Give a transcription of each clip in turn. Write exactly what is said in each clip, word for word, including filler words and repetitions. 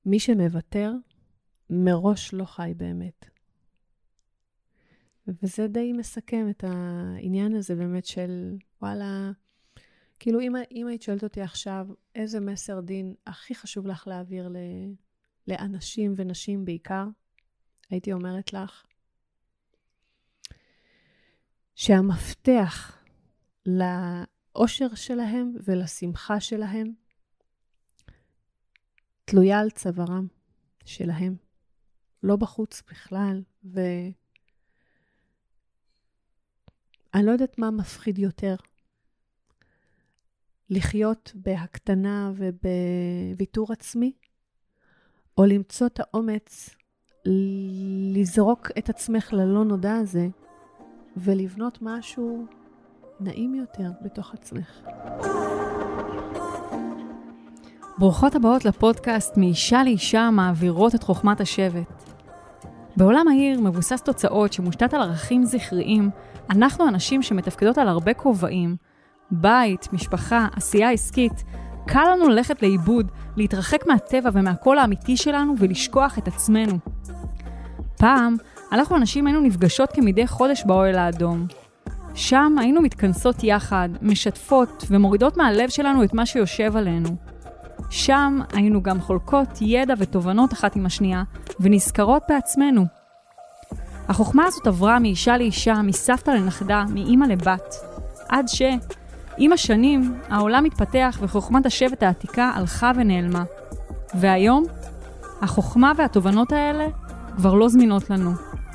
מי שמוותר, מראש לא חי באמת. וזה די מסכם את העניין הזה באמת של, וואלה, כאילו אם, אם היית שואלת אותי עכשיו, איזה מסר דין הכי חשוב לך להעביר ל, לאנשים ונשים בעיקר, הייתי אומרת לך, שהמפתח לאושר שלהם ולשמחה שלהם, תלויה על צווארם שלהם, לא בחוץ בכלל, ואני לא יודעת מה מפחיד יותר, לחיות בהקטנה ובוויתור עצמי, או למצוא את האומץ לזרוק את עצמך ללא נודע הזה, ולבנות משהו נעים יותר בתוך עצמך. ברוכות הבאות לפודקאסט מאישה לאישה מעבירות את חוכמת השבט. בעולם העיר מבוסס תוצאות שמושתת על ערכים זכריים, אנחנו אנשים שמתפקדות על הרבה כובעים, בית, משפחה, עשייה עסקית, קל לנו ללכת לאיבוד, להתרחק מהטבע ומהקול האמיתי שלנו ולשכוח את עצמנו. פעם, אנחנו אנשים היינו נפגשות כמדי חודש באוהל האדום. שם היינו מתכנסות יחד, משתפות ומורידות מהלב שלנו את מה שיושב עלינו. שם היינו גם חולקות ידע ותובנות אחת עם השנייה, ונזכרות בעצמנו. החוכמה הזאת עברה מאישה לאישה, מסבתא לנכדה, מאמא לבת, עד ש... עם השנים, העולם התפתח וחוכמת השבט העתיקה הלכה ונעלמה. והיום, החוכמה והתובנות האלה כבר לא זמינות לנו.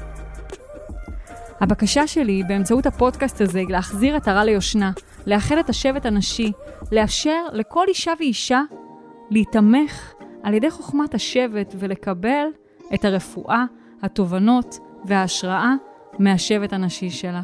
הבקשה שלי באמצעות הפודקאסט הזה היא להחזיר את הרע ליושנה, לאחד את השבט הנשי, לאפשר לכל אישה ואישה להתמך על ידי חוכמת השבט ולקבל את הרפואה, התובנות וההשראה מהשבט הנשי שלה.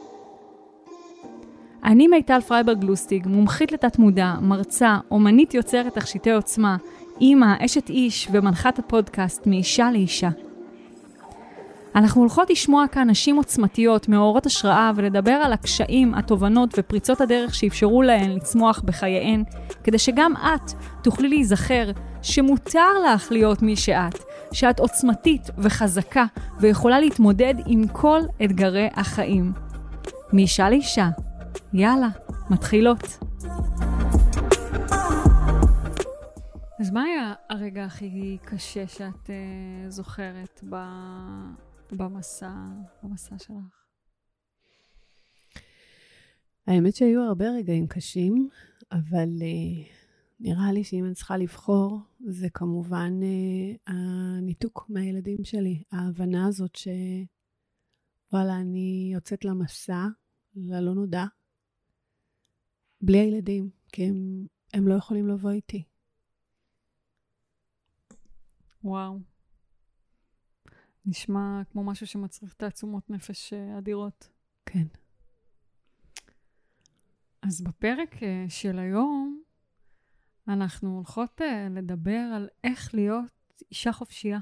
אני מיטל פרייברג לוסטיג, מומחית לתת מודע, מרצה, אומנית יוצרת תכשיטי עוצמה, אימא, אשת איש ומנחת הפודקאסט מאישה לאישה. אנחנו הולכות לשמוע כאן נשים עוצמתיות, מאורות השראה ולדבר על הקשיים, התובנות ופריצות הדרך שאפשרו להן לצמוח בחייהן, כדי שגם את תוכלי להיזכר שמותר לך להיות מי שאת, שאת עוצמתית וחזקה ויכולה להתמודד עם כל אתגרי החיים. מאישה לאישה. יאללה, מתחילות. אז מה היה הרגע הכי קשה שאת uh, זוכרת ב... במסע, במסע שלך? האמת שהיו הרבה רגעים קשים, אבל uh, נראה לי שאם אני צריכה לבחור, זה כמובן uh, הניתוק מהילדים שלי. ההבנה הזאת שוואלה, אני יוצאת למסע, ללא נודע, בלי הילדים, כי הם, הם לא יכולים לבוא איתי. וואו. נשמע כמו משהו שמצריך תעצומות נפש אדירות. כן. אז בפרק של היום, אנחנו הולכות לדבר על איך להיות אישה חופשייה.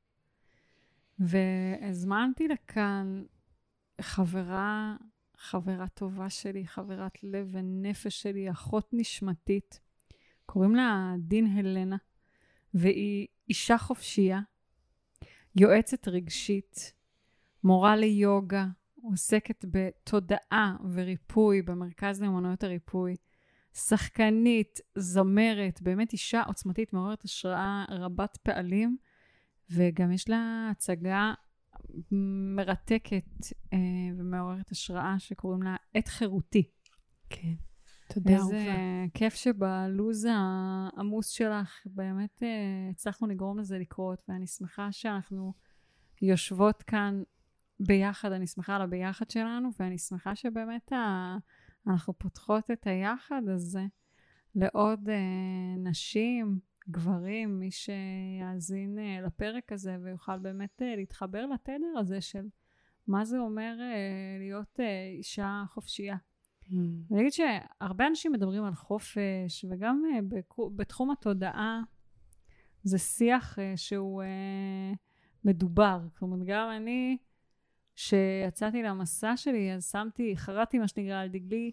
והזמנתי לכאן חברה, חברה טובה שלי, חברת לב ונפש שלי, אחות נשמתית. קוראים לה דין הלנה, והיא אישה חופשייה. יועצת רגשית, מורה ליוגה, עוסקת בתודעה וריפוי במרכז לאמנויות הריפוי, שחקנית, זמרת, באמת אישה עוצמתית, מעוררת השראה רבת פעלים, וגם יש לה הצגה מרתקת אה, ומעוררת השראה שקוראים לה עת חירותי. כן, תודה רבה. איזה כיף שבלוז העמוס שלך באמת אה, הצלחנו לגרום לזה לקרות, ואני שמחה שאנחנו יושבות כאן ביחד, אני שמחה על הביחד שלנו, ואני שמחה שבאמת ה... אנחנו פותחות את היחד הזה לעוד אה, נשים, גברים, מי שיאזין אה, לפרק הזה ויוכל באמת אה, להתחבר לתדר הזה של מה זה אומר אה, להיות אה, אישה חופשייה. Mm. אני אגיד שהרבה אנשים מדברים על חופש, וגם אה, בתחום התודעה זה שיח אה, שהוא אה, מדובר. זאת אומרת, גם אני שיצאתי למסע שלי, אז שמתי, חרתי מה שנקרא על דגלי,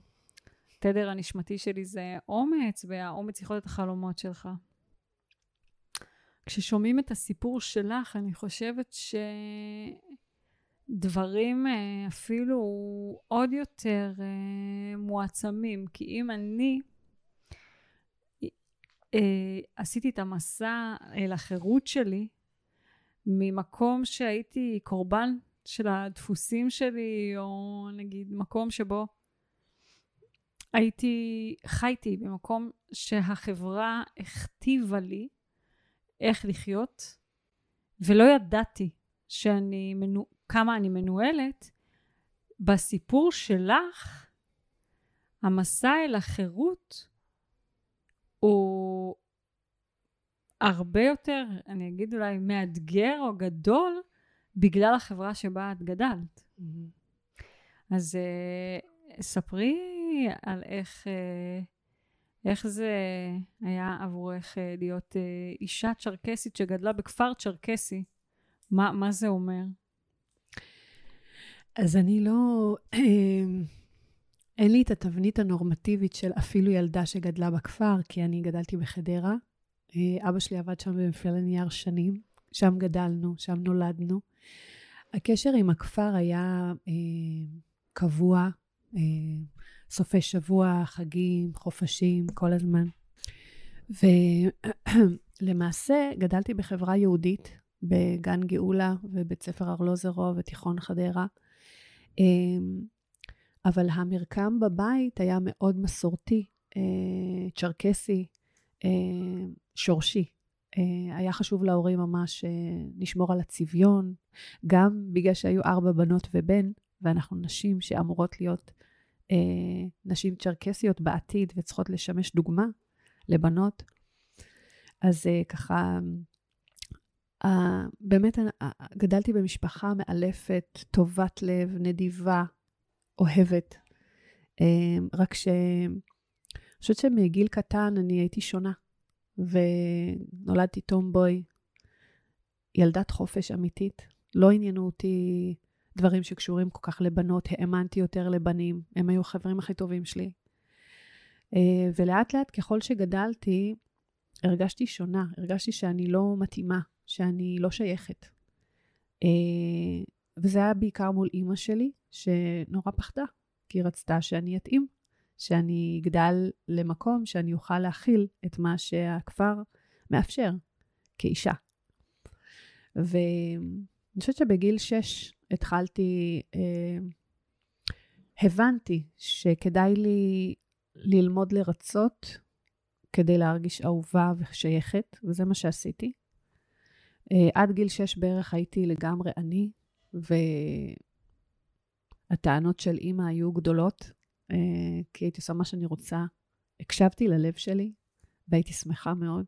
התדר הנשמתי שלי זה אומץ, והאומץ יכול להיות החלומות שלך. כששומעים את הסיפור שלך, אני חושבת שדברים אפילו עוד יותר מועצמים. כי אם אני עשיתי את המסע אל החירות שלי, ממקום שהייתי קורבן של הדפוסים שלי, או נגיד מקום שבו הייתי, חייתי במקום שהחברה הכתיבה לי איך לחיות, ולא ידעתי שאני מנו, כמה אני מנוהלת. בסיפור שלך, המסע אל החירות הוא הרבה יותר, אני אגיד אולי מאתגר או גדול, בגלל החברה שבה את גדלת. Mm-hmm. אז uh, ספרי על איך, uh, איך זה היה עבורך uh, להיות uh, אישה צ'רקסית שגדלה בכפר צ'רקסי. מה, מה זה אומר? אז אני לא, אין לי את התבנית הנורמטיבית של אפילו ילדה שגדלה בכפר, כי אני גדלתי בחדרה. אבא שלי עבד שם במפעל הנייר שנים, שם גדלנו, שם נולדנו. הקשר עם הכפר היה אה, קבוע, אה, סופי שבוע, חגים, חופשים, כל הזמן. ולמעשה גדלתי בחברה יהודית, בגן גאולה ובית ספר ארלוזרוב ותיכון חדרה. אה, אבל המרקם בבית היה מאוד מסורתי, אה, צ'רקסי, אה, שורשי. היה חשוב להורים ממש נשמור על הצביון, גם בגלל שהיו ארבע בנות ובן, ואנחנו נשים שאמורות להיות אה, נשים צ'רקסיות בעתיד, וצריכות לשמש דוגמה לבנות. אז אה, ככה, אה, באמת אה, גדלתי במשפחה מאלפת, טובת לב, נדיבה, אוהבת. אה, רק ש... אני חושבת שמגיל קטן אני הייתי שונה. ונולדתי טומבוי, ילדת חופש אמיתית. לא עניינו אותי דברים שקשורים כל כך לבנות, האמנתי יותר לבנים, הם היו החברים הכי טובים שלי. ולאט לאט ככל שגדלתי, הרגשתי שונה, הרגשתי שאני לא מתאימה, שאני לא שייכת. וזה היה בעיקר מול אמא שלי, שנורא פחדה, כי היא רצתה שאני אתאים. שאני אגדל למקום שאני אוכל להכיל את מה שהכפר מאפשר כאישה. ואני חושבת שבגיל שש התחלתי, אה, הבנתי שכדאי לי ללמוד לרצות כדי להרגיש אהובה ושייכת, וזה מה שעשיתי. אה, עד גיל שש בערך הייתי לגמרי אני, והטענות של אמא היו גדולות, Uh, כי הייתי עושה מה שאני רוצה, הקשבתי ללב שלי, והייתי שמחה מאוד.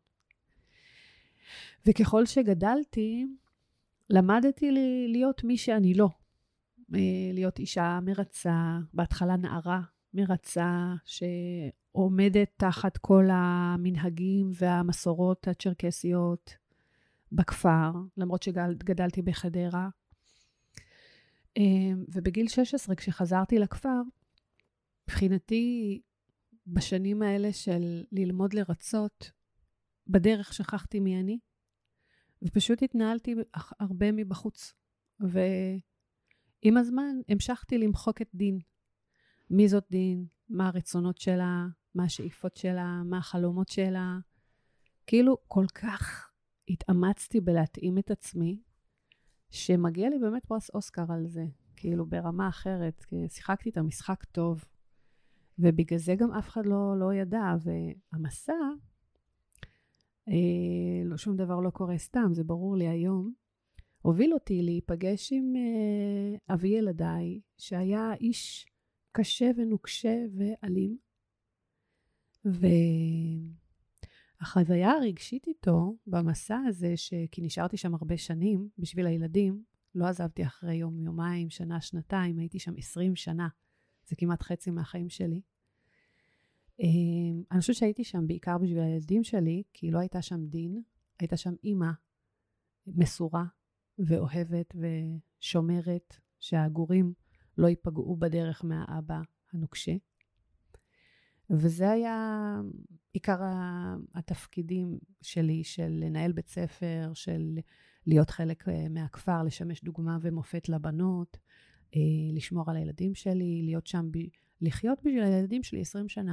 וככל שגדלתי, למדתי לי, להיות מי שאני לא. Uh, להיות אישה מרצה, בהתחלה נערה מרצה, שעומדת תחת כל המנהגים והמסורות הצ'רקסיות בכפר, למרות שגדלתי בחדרה. Uh, ובגיל שש עשרה, כשחזרתי לכפר, מבחינתי, בשנים האלה של ללמוד לרצות, בדרך שכחתי מי אני, ופשוט התנהלתי הרבה מבחוץ. ועם הזמן המשכתי למחוק את דין. מי זאת דין? מה הרצונות שלה? מה השאיפות שלה? מה החלומות שלה? כאילו כל כך התאמצתי בלהתאים את עצמי, שמגיע לי באמת פרס אוסקר על זה. כאילו ברמה אחרת, כי שיחקתי את המשחק טוב. ובגלל זה גם אף אחד לא, לא ידע, והמסע, אה, לא, שום דבר לא קורה סתם, זה ברור לי היום, הוביל אותי להיפגש עם אה, אבי ילדיי, שהיה איש קשה ונוקשה ואלים, והחוויה הרגשית איתו במסע הזה, כי נשארתי שם הרבה שנים בשביל הילדים, לא עזבתי אחרי יום, יומיים, שנה, שנתיים, הייתי שם עשרים שנה, זה כמעט חצי מהחיים שלי. אני חושבת שהייתי שם בעיקר בשביל הילדים שלי, כי לא הייתה שם דין, הייתה שם אימא מסורה ואוהבת ושומרת, שהגורים לא ייפגעו בדרך מהאבא הנוקשה. וזה היה עיקר התפקידים שלי, של לנהל בית ספר, של להיות חלק מהכפר, לשמש דוגמה ומופת לבנות, לשמור על הילדים שלי, להיות שם, לחיות בשביל הילדים שלי עשרים שנה.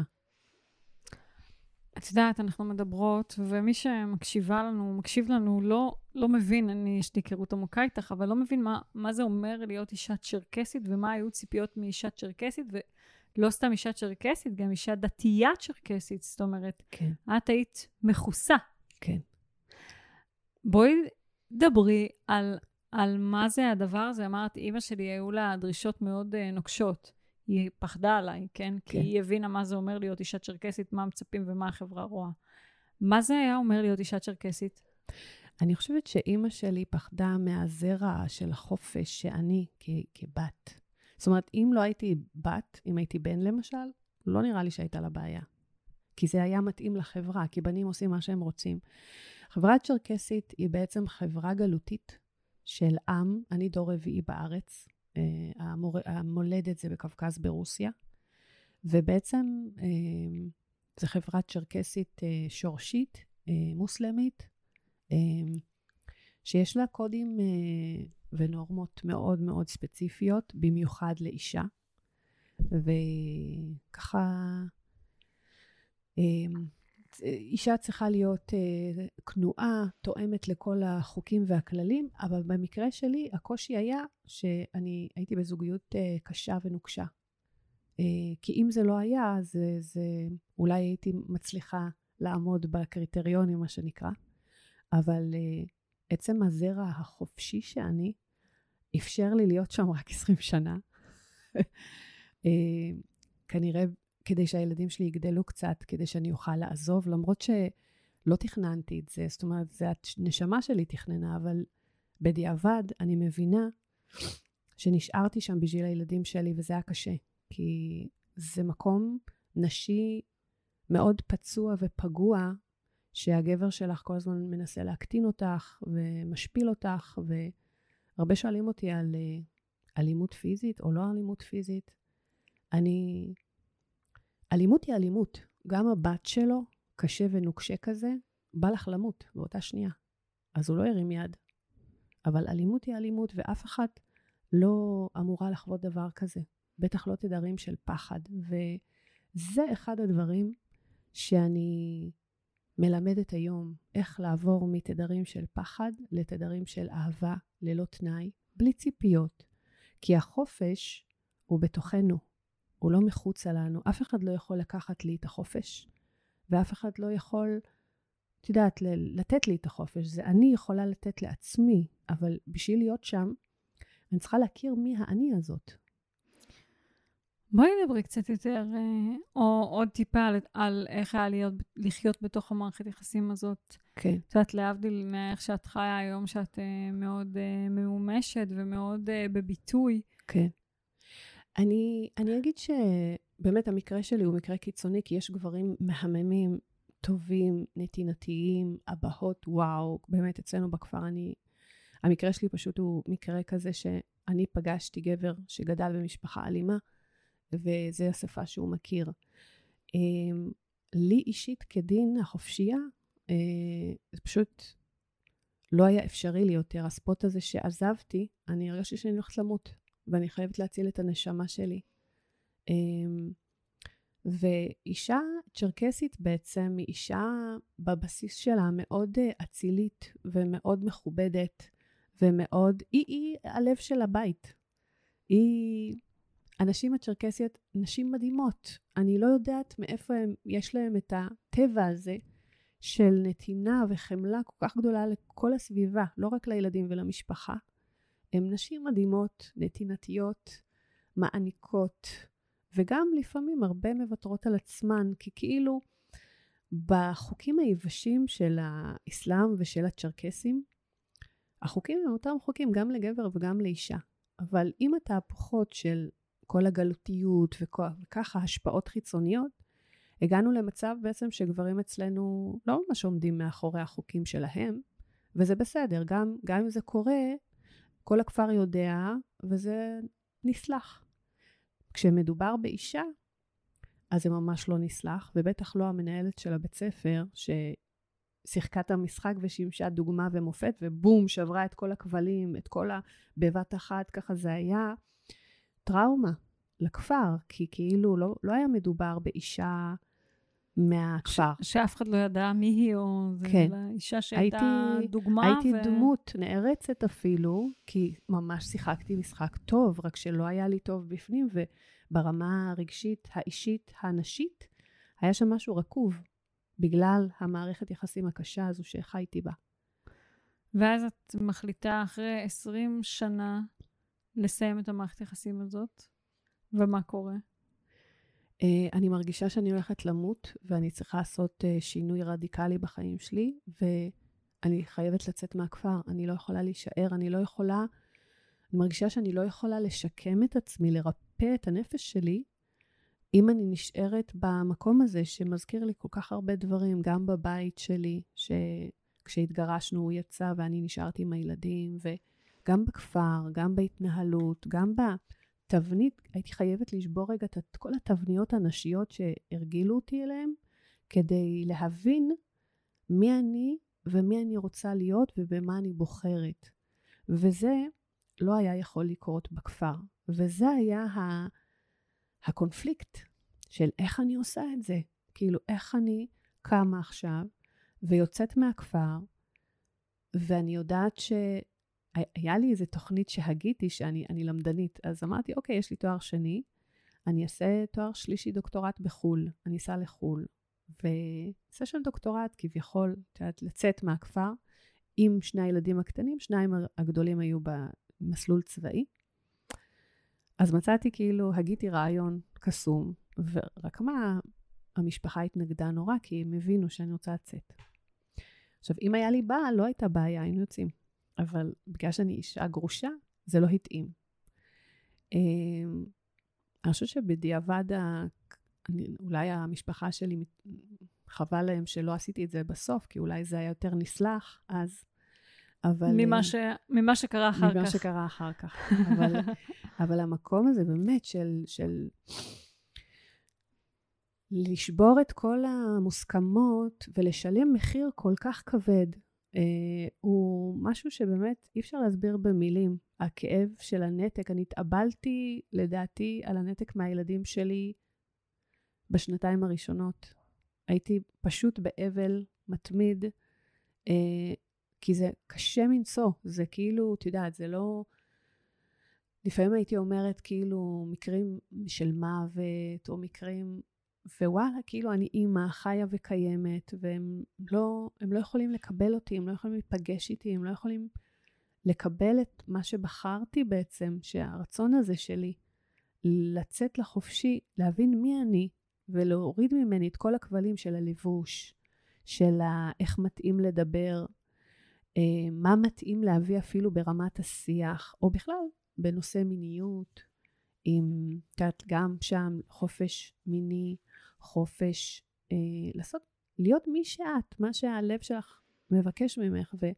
את יודעת, אנחנו מדברות, ומי שמקשיבה לנו, מקשיב לנו, לא, לא מבין, אני, יש לי היכרות עמוקה איתך, אבל לא מבין מה, מה זה אומר להיות אישה צ'רקסית, ומה היו ציפיות מאישה צ'רקסית, ולא סתם אישה צ'רקסית, גם אישה דתייה צ'רקסית, זאת אומרת, כן. את היית מכוסה. כן. בואי דברי על, על מה זה הדבר הזה. אמרת, אמא שלי היו לה דרישות מאוד uh, נוקשות. היא פחדה עליי, כן? כן? כי היא הבינה מה זה אומר להיות אישה צ'רקסית, מה מצפים ומה החברה רואה. מה זה היה אומר להיות אישה צ'רקסית? אני חושבת שאמא שלי פחדה מהזרע של החופש שאני כ- כבת. זאת אומרת, אם לא הייתי בת, אם הייתי בן למשל, לא נראה לי שהייתה לה בעיה. כי זה היה מתאים לחברה, כי בנים עושים מה שהם רוצים. חברה צ'רקסית היא בעצם חברה גלותית של עם, אני דור רביעי בארץ, המור... המולדת זה בקווקז ברוסיה, ובעצם זו חברה צ'רקסית שורשית, מוסלמית, שיש לה קודים ונורמות מאוד מאוד ספציפיות, במיוחד לאישה, וככה אישה צריכה להיות כנועה, תואמת לכל החוקים והכללים, אבל במקרה שלי הקושי היה שאני הייתי בזוגיות קשה ונוקשה. כי אם זה לא היה, זה, זה אולי הייתי מצליחה לעמוד בקריטריונים, מה שנקרא, אבל עצם הזרע החופשי שאני, אפשר לי להיות שם רק עשרים שנה. כנראה כדי שהילדים שלי יגדלו קצת, כדי שאני אוכל לעזוב, למרות שלא תכננתי את זה, זאת אומרת, זה הנשמה שלי תכננה, אבל בדיעבד אני מבינה שנשארתי שם בשביל הילדים שלי, וזה היה קשה, כי זה מקום נשי מאוד פצוע ופגוע, שהגבר שלך כל הזמן מנסה להקטין אותך, ומשפיל אותך, והרבה שואלים אותי על אלימות פיזית, או לא אלימות פיזית. אני... אלימות היא אלימות. גם הבת שלו, קשה ונוקשה כזה, בא לך למות באותה שנייה. אז הוא לא ירים יד. אבל אלימות היא אלימות, ואף אחד לא אמורה לחוות דבר כזה. בטח לא תדרים של פחד. וזה אחד הדברים שאני מלמדת היום, איך לעבור מתדרים של פחד לתדרים של אהבה, ללא תנאי, בלי ציפיות. כי החופש הוא בתוכנו. הוא לא מחוץ עלינו. אף אחד לא יכול לקחת לי את החופש, ואף אחד לא יכול, את יודעת, לתת לי את החופש. זה אני יכולה לתת לעצמי, אבל בשביל להיות שם, אני צריכה להכיר מי האני הזאת. בואי נדברי קצת יותר, או עוד טיפה על, על איך היה להיות, לחיות בתוך המערכת יחסים הזאת. כן. את יודעת, להבדיל מאיך שאת חיה היום, שאת מאוד ממומשת ומאוד בביטוי. כן. אני, אני אגיד שבאמת המקרה שלי הוא מקרה קיצוני, כי יש גברים מהממים, טובים, נתינתיים, אבהות, וואו, באמת אצלנו בכפר אני, המקרה שלי פשוט הוא מקרה כזה שאני פגשתי גבר שגדל במשפחה אלימה, וזה השפה שהוא מכיר. לי אישית כדין החופשייה, זה פשוט לא היה אפשרי לי יותר. הספוט הזה שעזבתי, אני הרגשתי שאני הולכת למות. ואני חייבת להציל את הנשמה שלי. ואישה צ'רקסית בעצם היא אישה בבסיס שלה מאוד אצילית ומאוד מכובדת ומאוד, היא, היא הלב של הבית. היא, הנשים הצ'רקסיות, נשים מדהימות. אני לא יודעת מאיפה הם, יש להם את הטבע הזה של נתינה וחמלה כל כך גדולה לכל הסביבה, לא רק לילדים ולמשפחה. הן נשים מדהימות, נתינתיות, מעניקות, וגם לפעמים הרבה מוותרות על עצמן, כי כאילו בחוקים היבשים של האסלאם ושל הצ'רקסים, החוקים הם אותם חוקים גם לגבר וגם לאישה. אבל עם התהפוכות של כל הגלותיות וככה השפעות חיצוניות, הגענו למצב בעצם שגברים אצלנו לא ממש עומדים מאחורי החוקים שלהם, וזה בסדר, גם, גם אם זה קורה, כל הכפר יודע, וזה נסלח. כשמדובר באישה, אז זה ממש לא נסלח, ובטח לא המנהלת של הבית ספר, ששיחקה את המשחק ושימשה דוגמה ומופת, ובום, שברה את כל הכבלים, את כל בבת אחת, ככה זה היה טראומה לכפר, כי כאילו לא, לא היה מדובר באישה מהכפר. ש- שאף אחד לא ידע מי היא, או זה כן. אישה שהייתה הייתי, דוגמה. הייתי ו... דמות נערצת אפילו, כי ממש שיחקתי משחק טוב, רק שלא היה לי טוב בפנים, וברמה הרגשית, האישית, הנשית, היה שם משהו רקוב, בגלל המערכת יחסים הקשה הזו שחייתי בה. ואז את מחליטה אחרי עשרים שנה לסיים את המערכת יחסים הזאת, ומה קורה? Uh, אני מרגישה שאני הולכת למות, ואני צריכה לעשות uh, שינוי רדיקלי בחיים שלי, ואני חייבת לצאת מהכפר, אני לא יכולה להישאר, אני לא יכולה, אני מרגישה שאני לא יכולה לשקם את עצמי, לרפא את הנפש שלי, אם אני נשארת במקום הזה שמזכיר לי כל כך הרבה דברים, גם בבית שלי, שכשהתגרשנו הוא יצא ואני נשארתי עם הילדים, וגם בכפר, גם בהתנהלות, גם בתבנית, הייתי חייבת לשבור רגע את כל התבניות הנשיות שהרגילו אותי אליהם, כדי להבין מי אני ומי אני רוצה להיות ובמה אני בוחרת. וזה לא היה יכול לקרות בכפר. וזה היה ה... הקונפליקט של איך אני עושה את זה. כאילו, איך אני קמה עכשיו ויוצאת מהכפר, ואני יודעת שהיה לי איזו תוכנית שהגיתי שאני אני למדנית. אז אמרתי, אוקיי, יש לי תואר שני, אני אעשה תואר שלישי דוקטורט בחול, אני אסע לחול, ועשה שם דוקטורט כביכול, תיודעת, לצאת מהכפר, עם שני הילדים הקטנים, שניים הגדולים היו במסלול צבאי, אז מצאתי כאילו, הגיתי רעיון קסום, ורק מה, המשפחה התנגדה נורא, כי הם הבינו שאני רוצה לצאת. עכשיו, אם היה לי בעל, לא הייתה בעיה, היינו יוצאים. אבל בגלל שאני אישה גרושה, זה לא התאים. אני חושבת שבדיעבד, אולי המשפחה שלי חבל להם שלא עשיתי את זה בסוף, כי אולי זה היה יותר נסלח אז. אבל, ממה, ש... ממה שקרה אחר ממה כך. ממה שקרה אחר כך. אבל, אבל המקום הזה באמת של, של לשבור את כל המוסכמות ולשלם מחיר כל כך כבד, אה, הוא משהו שבאמת אי אפשר להסביר במילים. הכאב של הנתק, אני התאבלתי לדעתי על הנתק מהילדים שלי בשנתיים הראשונות. הייתי פשוט באבל מתמיד, אה, כי זה קשה מנשוא, זה כאילו, את יודעת, זה לא, לפעמים הייתי אומרת כאילו מקרים של מוות, או מקרים, ווואלה, כאילו אני אימא, חיה וקיימת, והם לא, הם לא יכולים לקבל אותי, הם לא יכולים להיפגש איתי, הם לא יכולים לקבל את מה שבחרתי בעצם, שהרצון הזה שלי, לצאת לחופשי, להבין מי אני, ולהוריד ממני את כל הכבלים של הלבוש, של איך מתאים לדבר, מה מתאים להביא אפילו ברמת השיח, או בכלל בנושא מיניות, עם גם שם חופש מיני, חופש אה, לעשות, להיות מי שאת, מה שהלב שלך מבקש ממך, ו,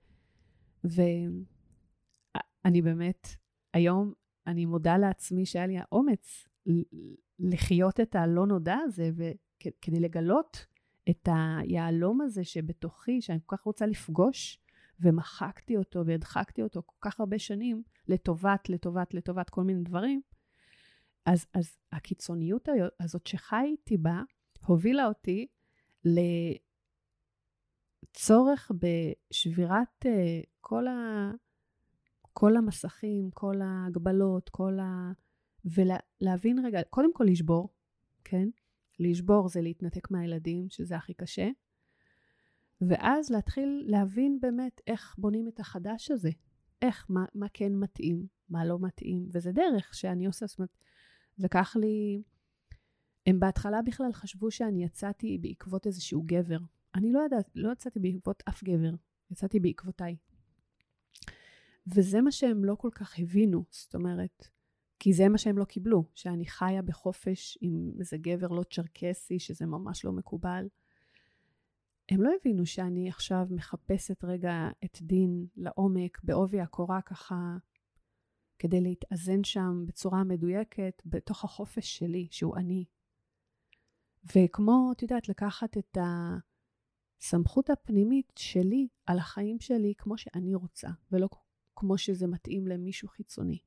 ואני באמת, היום אני מודה לעצמי שהיה לי האומץ לחיות את הלא נודע הזה, וכדי לגלות את היעלום הזה שבתוכי, שאני כל כך רוצה לפגוש, ומחקתי אותו והדחקתי אותו כל כך הרבה שנים, לטובת, לטובת, לטובת כל מיני דברים, אז, אז הקיצוניות הזאת שחייתי בה, הובילה אותי לצורך בשבירת uh, כל, ה, כל המסכים, כל ההגבלות, כל ה... ולהבין רגע, קודם כל לשבור, כן? לשבור זה להתנתק מהילדים, שזה הכי קשה, ואז להתחיל להבין באמת איך בונים את החדש הזה, איך, מה, מה כן מתאים, מה לא מתאים, וזה דרך שאני עושה, זאת אומרת, לקח לי, הם בהתחלה בכלל חשבו שאני יצאתי בעקבות איזשהו גבר, אני לא יודעת, לא יצאתי בעקבות אף גבר, יצאתי בעקבותיי, וזה מה שהם לא כל כך הבינו, זאת אומרת, כי זה מה שהם לא קיבלו, שאני חיה בחופש עם איזה גבר לא צ'רקסי, שזה ממש לא מקובל, הם לא הבינו שאני עכשיו מחפשת רגע את דין לעומק, בעובי הקורה ככה, כדי להתאזן שם בצורה מדויקת, בתוך החופש שלי, שהוא אני. וכמו, את יודעת, לקחת את הסמכות הפנימית שלי על החיים שלי כמו שאני רוצה, ולא כמו שזה מתאים למישהו חיצוני.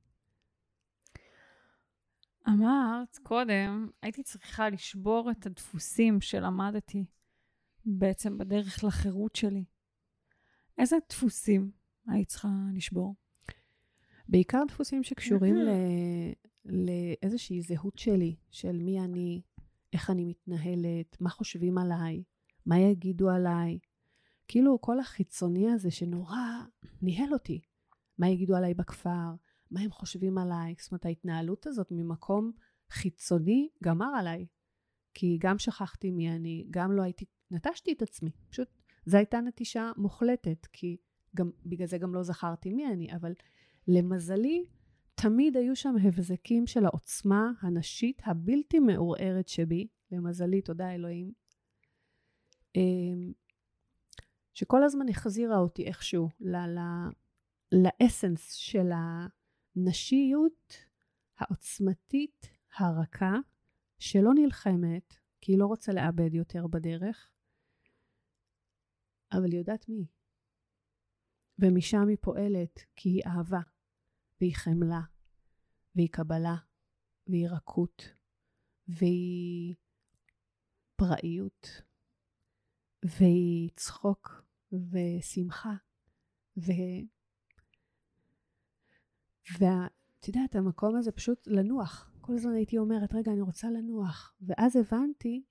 אמרת קודם, הייתי צריכה לשבור את הדפוסים שלמדתי בעצם בדרך לחירות שלי. איזה דפוסים היית צריכה לשבור? בעיקר דפוסים שקשורים ל... לאיזושהי זהות שלי, של מי אני, איך אני מתנהלת, מה חושבים עליי, מה יגידו עליי. כאילו כל החיצוני הזה שנורא ניהל אותי. מה יגידו עליי בכפר, מה הם חושבים עליי. זאת אומרת, ההתנהלות הזאת ממקום חיצוני גמר עליי. כי גם שכחתי מי אני, גם לא הייתי, נטשתי את עצמי. פשוט זו הייתה נטישה מוחלטת, כי גם, בגלל זה גם לא זכרתי מי אני, אבל למזלי, תמיד היו שם הבזקים של העוצמה הנשית הבלתי מעורערת שבי, למזלי, תודה אלוהים, שכל הזמן החזירה אותי איכשהו ל- ל- לאסנס של הנשיות העוצמתית הרכה, שלא נלחמת, כי היא לא רוצה לאבד יותר בדרך, אבל היא יודעת מי. ומשם היא פועלת, כי היא אהבה, והיא חמלה, והיא קבלה, והיא רכות, והיא פראיות, והיא צחוק, ושמחה, ו... ואת יודעת, המקום הזה פשוט לנוח. כל הזמן הייתי אומרת, רגע, אני רוצה לנוח. ואז הבנתי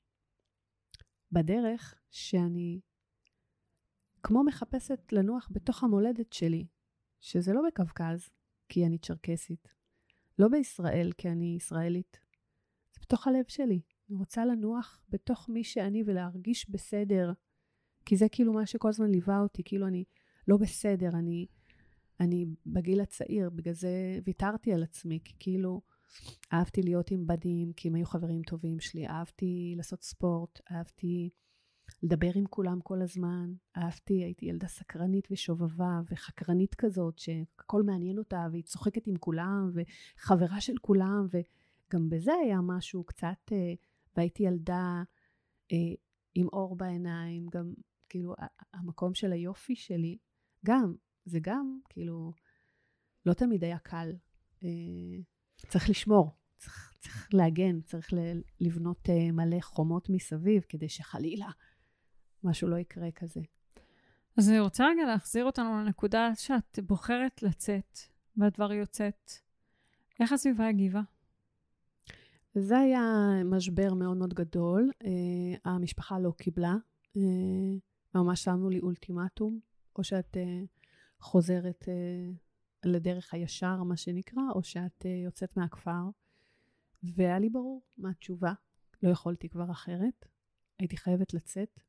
בדרך שאני כמו מחפשת לנוח בתוך המולדת שלי, שזה לא בקווקז, כי אני צ'רקסית. לא בישראל, כי אני ישראלית. זה בתוך הלב שלי. אני רוצה לנוח בתוך מי שאני ולהרגיש בסדר. כי זה כאילו מה שכל הזמן ליווה אותי, כאילו אני לא בסדר, אני, אני בגיל הצעיר, בגלל זה ויתרתי על עצמי, כי כאילו אהבתי להיות עם בדים, כי הם היו חברים טובים שלי, אהבתי לעשות ספורט, אהבתי לדבר עם כולם כל הזמן, אהבתי, הייתי ילדה סקרנית ושובבה וחקרנית כזאת, שהכל מעניין אותה, והיא צוחקת עם כולם, וחברה של כולם, וגם בזה היה משהו קצת, והייתי ילדה עם אור בעיניים, גם כאילו המקום של היופי שלי, גם, זה גם כאילו לא תמיד היה קל, צריך לשמור, צריך, צריך להגן, צריך לבנות מלא חומות מסביב, כדי שחלילה משהו לא יקרה כזה. אז אני רוצה רגע להחזיר אותנו לנקודה שאת בוחרת לצאת, והדבר יוצאת. איך הסביבה הגיבה? זה היה משבר מאוד מאוד גדול. המשפחה לא קיבלה. ממש שמנו לי אולטימטום, או שאת חוזרת לדרך הישר, מה שנקרא, או שאת יוצאת מהכפר. והיה לי ברור מה התשובה. לא יכולתי כבר אחרת. הייתי חייבת לצאת.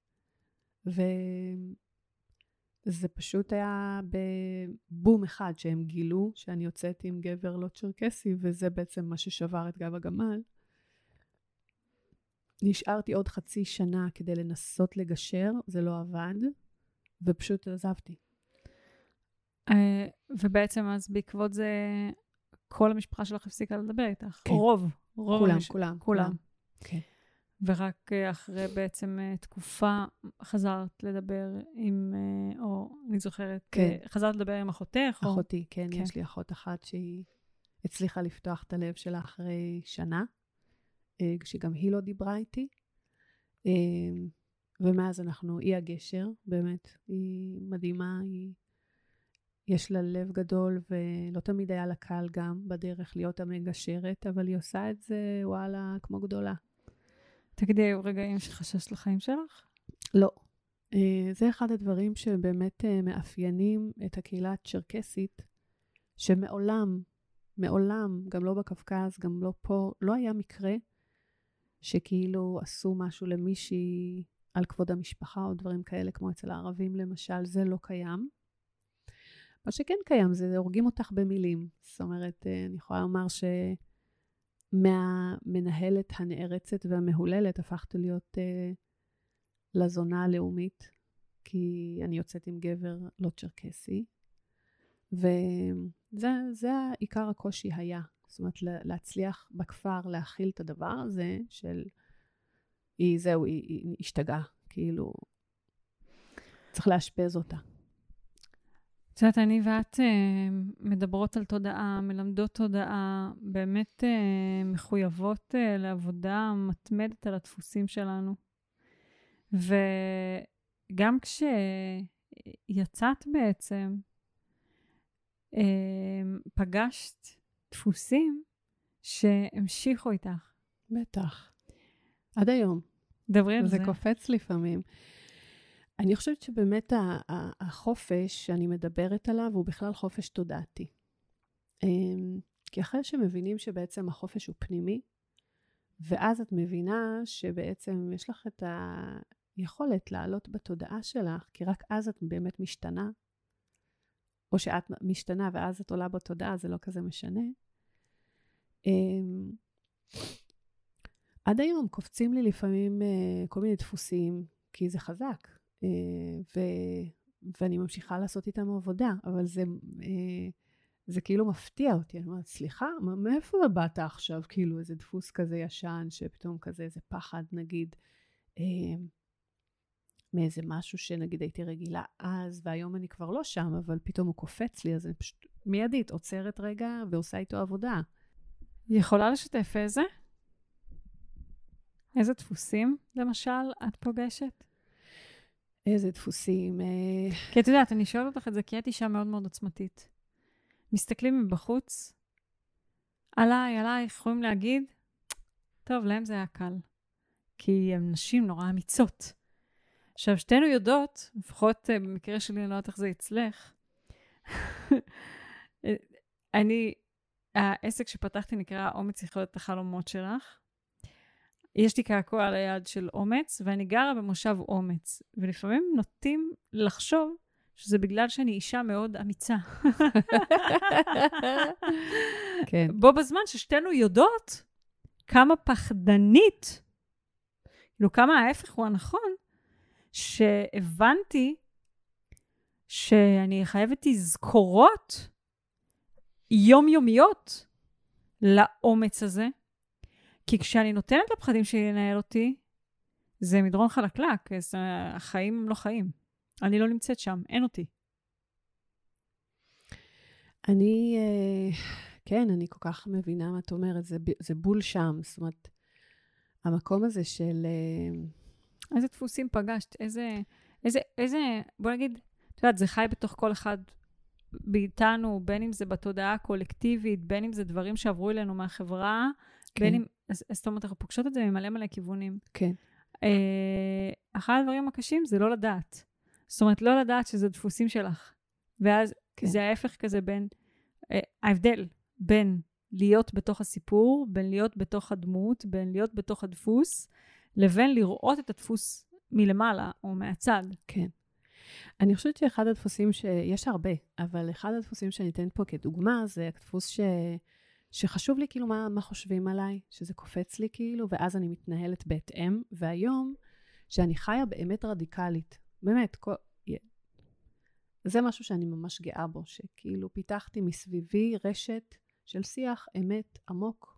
וזה פשוט היה בבום אחד שהם גילו שאני יוצאת עם גבר לא צ'רקסי, וזה בעצם מה ששבר את גב הגמל. נשארתי עוד חצי שנה כדי לנסות לגשר, זה לא עבד, ופשוט עזבתי. ובעצם אז בעקבות זה, כל המשפחה שלך הפסיקה לדבר איתך? כן. רוב. רוב כולם, המש... כולם. כולם. כן. ורק אחרי בעצם תקופה חזרת לדבר עם, או אני זוכרת, כן. חזרת לדבר עם אחותך? אחותי, או... כן, כן, יש לי אחות אחת שהיא הצליחה לפתוח את הלב שלה אחרי שנה, כשגם היא לא דיברה איתי, ומאז אנחנו, היא הגשר, באמת, היא מדהימה, היא, יש לה לב גדול, ולא תמיד היה לה קל גם בדרך להיות המגשרת, אבל היא עושה את זה, וואלה, כמו גדולה. תגידי, היו רגעים שחששת לחיים שלך? לא. זה אחד הדברים שבאמת מאפיינים את הקהילה הצ'רקסית, שמעולם, מעולם, גם לא בקווקז, גם לא פה, לא היה מקרה שכאילו עשו משהו למישהי על כבוד המשפחה או דברים כאלה, כמו אצל הערבים למשל, זה לא קיים. מה שכן קיים, זה הורגים אותך במילים. זאת אומרת, אני יכולה לומר ש... מהמנהלת הנערצת והמהוללת הפכת להיות uh, לזונה הלאומית, כי אני יוצאת עם גבר לא צ'רקסי, וזה זה עיקר הקושי היה. זאת אומרת, להצליח בכפר להכיל את הדבר הזה של היא זהו, היא, היא השתגעה, כאילו, צריך להשפז אותה. את יודעת, אני ואת אה, מדברות על תודעה, מלמדות תודעה, באמת אה, מחויבות אה, לעבודה מתמדת על הדפוסים שלנו. וגם כשיצאת בעצם, אה, פגשת דפוסים שהמשיכו איתך. בטח. עד היום. דברי על זה. זה קופץ לפעמים. אני חושבת שבאמת החופש שאני מדברת עליו הוא בכלל חופש תודעתי. כי אחרי שמבינים שבעצם החופש הוא פנימי, ואז את מבינה שבעצם יש לך את היכולת לעלות בתודעה שלך, כי רק אז את באמת משתנה, או שאת משתנה ואז את עולה בתודעה, זה לא כזה משנה. עד היום קופצים לי לפעמים כל מיני דפוסים, כי זה חזק. ו... ואני ממשיכה לעשות איתם עבודה, אבל זה, זה כאילו מפתיע אותי. אני אומרת, סליחה, מאיפה באת עכשיו? כאילו איזה דפוס כזה ישן, שפתאום כזה איזה פחד, נגיד, מאיזה משהו שנגיד הייתי רגילה אז, והיום אני כבר לא שם, אבל פתאום הוא קופץ לי, אז אני פשוט מיידית עוצרת רגע ועושה איתו עבודה. יכולה לשתף איזה? איזה דפוסים, למשל, את פוגשת? איזה דפוסים. כי את יודעת, אני שואלת אותך את זה, כי את אישה מאוד מאוד עוצמתית. מסתכלים מבחוץ, עליי, עליי, יכולים להגיד, טוב, להם זה היה קל. כי הן נשים נורא אמיצות. עכשיו, שתינו יודעות, לפחות במקרה שלי, אני לא יודעת איך זה יצלח. אני, העסק שפתחתי נקרא אומץ יכול להיות החלומות שלך. יש לי קעקוע על היד של אומץ, ואני גרה במושב אומץ. ולפעמים נוטים לחשוב שזה בגלל שאני אישה מאוד אמיצה. כן. בו בזמן ששתינו יודעות כמה פחדנית, כאילו כמה ההפך הוא הנכון, שהבנתי שאני חייבת תזכורות יומיומיות לאומץ הזה, כי כשאני נותנת לפחדים שלי לנהל אותי, זה מדרון חלקלק, אז החיים הם לא חיים. אני לא נמצאת שם, אין אותי. אני, כן, אני כל כך מבינה מה את אומרת, זה, זה בול שם, זאת אומרת, המקום הזה של... איזה דפוסים פגשת, איזה, איזה, איזה, בוא נגיד, את יודעת, זה חי בתוך כל אחד מאיתנו, בין אם זה בתודעה הקולקטיבית, בין אם זה דברים שעברו אלינו מהחברה, כן. בין אם, אז, אז זאת אומרת, אנחנו פוגשות את זה ממלא מלא כיוונים. כן. אה, אחד הדברים הקשים זה לא לדעת. זאת אומרת, לא לדעת שזה דפוסים שלך. ואז כן. זה ההפך כזה בין, אה, ההבדל בין להיות בתוך הסיפור, בין להיות בתוך הדמות, בין להיות בתוך הדפוס, לבין לראות את הדפוס מלמעלה או מהצד. כן. אני חושבת שאחד הדפוסים שיש הרבה, אבל אחד הדפוסים שאני אתן פה כדוגמה, זה הדפוס ש... שחשוב לי כאילו מה, מה חושבים עליי, שזה קופץ לי כאילו, ואז אני מתנהלת בהתאם, והיום שאני חיה באמת רדיקלית, באמת, כל... זה משהו שאני ממש גאה בו, שכאילו פיתחתי מסביבי רשת של שיח אמת עמוק,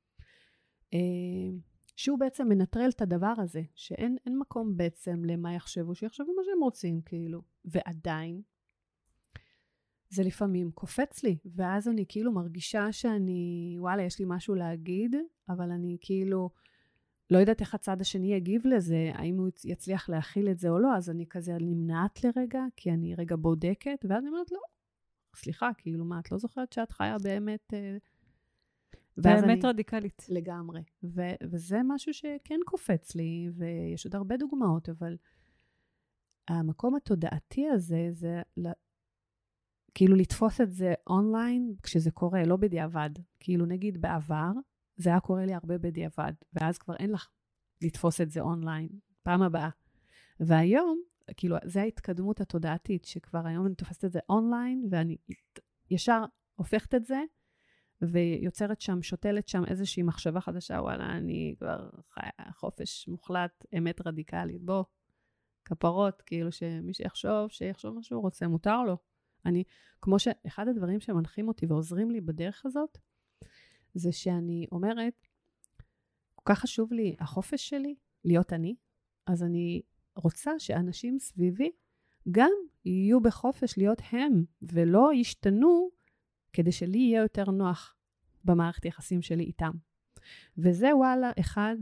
שהוא בעצם מנטרל את הדבר הזה, שאין אין מקום בעצם למה יחשבו, שיחשבו מה שהם רוצים כאילו, ועדיין, זה לפעמים קופץ לי, ואז אני כאילו מרגישה שאני, וואלה, יש לי משהו להגיד, אבל אני כאילו לא יודעת איך הצד השני יגיב לזה, האם הוא יצליח להכיל את זה או לא, אז אני כזה נמנעת לרגע, כי אני רגע בודקת, ואז אני אומרת, לא, סליחה, כאילו מה, את לא זוכרת שאת חיה באמת... באמת רדיקלית. לגמרי. ו- וזה משהו שכן קופץ לי, ויש עוד הרבה דוגמאות, אבל המקום התודעתי הזה, זה... כאילו לתפוס את זה אונליין כשזה קורה, לא בדיעבד. כאילו נגיד בעבר, זה היה קורה לי הרבה בדיעבד, ואז כבר אין לך לתפוס את זה אונליין, פעם הבאה. והיום, כאילו, זה ההתקדמות התודעתית, שכבר היום אני תופסת את זה אונליין, ואני ישר הופכת את זה, ויוצרת שם, שותלת שם איזושהי מחשבה חדשה, וואלה, אני כבר חיה חופש מוחלט, אמת רדיקלית. בוא, כפרות, כאילו שמי שיחשוב, שיחשוב מה שהוא רוצה, מותר לו. אני, כמו שאחד הדברים שמנחים אותי ועוזרים לי בדרך הזאת, זה שאני אומרת, כל כך חשוב לי החופש שלי, להיות אני, אז אני רוצה שאנשים סביבי גם יהיו בחופש להיות הם, ולא ישתנו כדי שלי יהיה יותר נוח במערכת יחסים שלי איתם. וזה וואלה אחד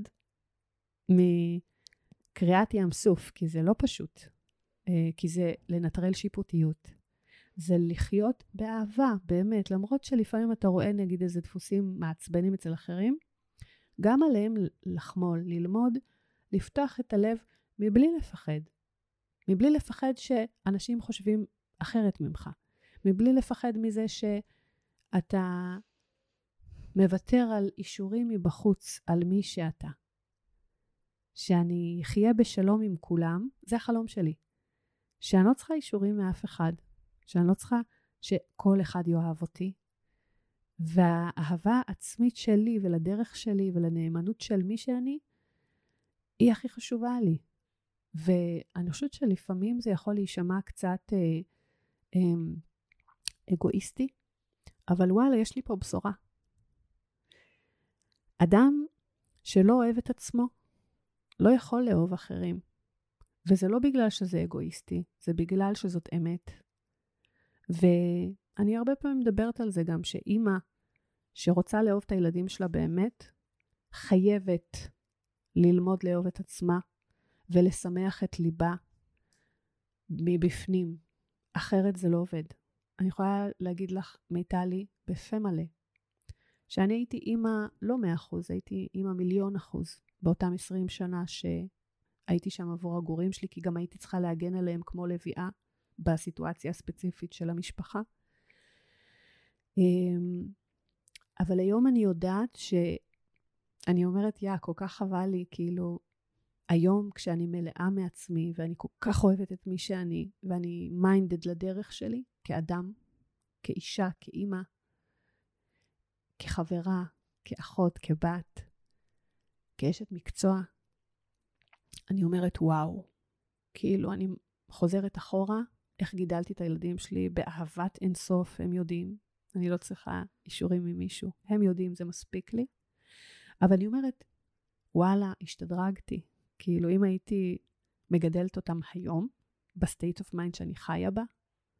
מקריאת ים סוף, כי זה לא פשוט, כי זה לנטרל שיפוטיות. זה לחיות באהבה, באמת, למרות שלפעמים אתה רואה נגיד איזה דפוסים מעצבנים אצל אחרים, גם עליהם לחמול, ללמוד, לפתוח את הלב מבלי לפחד. מבלי לפחד שאנשים חושבים אחרת ממך. מבלי לפחד מזה שאתה מוותר על אישורים מבחוץ על מי שאתה. שאני אחיה בשלום עם כולם, זה החלום שלי. שאני לא צריכה אישורים מאף אחד. שאני לא צריכה שכל אחד יאהב אותי. והאהבה העצמית שלי ולדרך שלי ולנאמנות של מי שאני, היא הכי חשובה לי. ואני חושבת שלפעמים זה יכול להישמע קצת אה, אה, אגואיסטי, אבל וואלה, יש לי פה בשורה. אדם שלא אוהב את עצמו, לא יכול לאהוב אחרים. וזה לא בגלל שזה אגואיסטי, זה בגלל שזאת אמת. ואני הרבה פעמים מדברת על זה גם, שאימא שרוצה לאהוב את הילדים שלה באמת, חייבת ללמוד לאהוב את עצמה, ולשמח את ליבה מבפנים. אחרת זה לא עובד. אני יכולה להגיד לך, מיטלי, בפה מלא, שאני הייתי אימא לא מאה אחוז, הייתי אימא מיליון אחוז, באותם עשרים שנה שהייתי שם עבור הגורים שלי, כי גם הייתי צריכה להגן עליהם כמו לביאה, בסיטואציה הספציפית של המשפחה. אבל היום אני יודעת שאני אומרת, יא, כל כך חבל לי, כאילו, היום כשאני מלאה מעצמי, ואני כל כך אוהבת את מי שאני, ואני מיינדד לדרך שלי, כאדם, כאישה, כאימא, כחברה, כאחות, כבת, כאשת מקצוע, אני אומרת, וואו, כאילו אני חוזרת אחורה, איך גידלתי את הילדים שלי באהבת אינסוף, הם יודעים, אני לא צריכה אישורים ממישהו, הם יודעים, זה מספיק לי. אבל אני אומרת, וואלה, השתדרגתי. כאילו, אם הייתי מגדלת אותם היום, בסטייט אוף מיינד שאני חיה בה,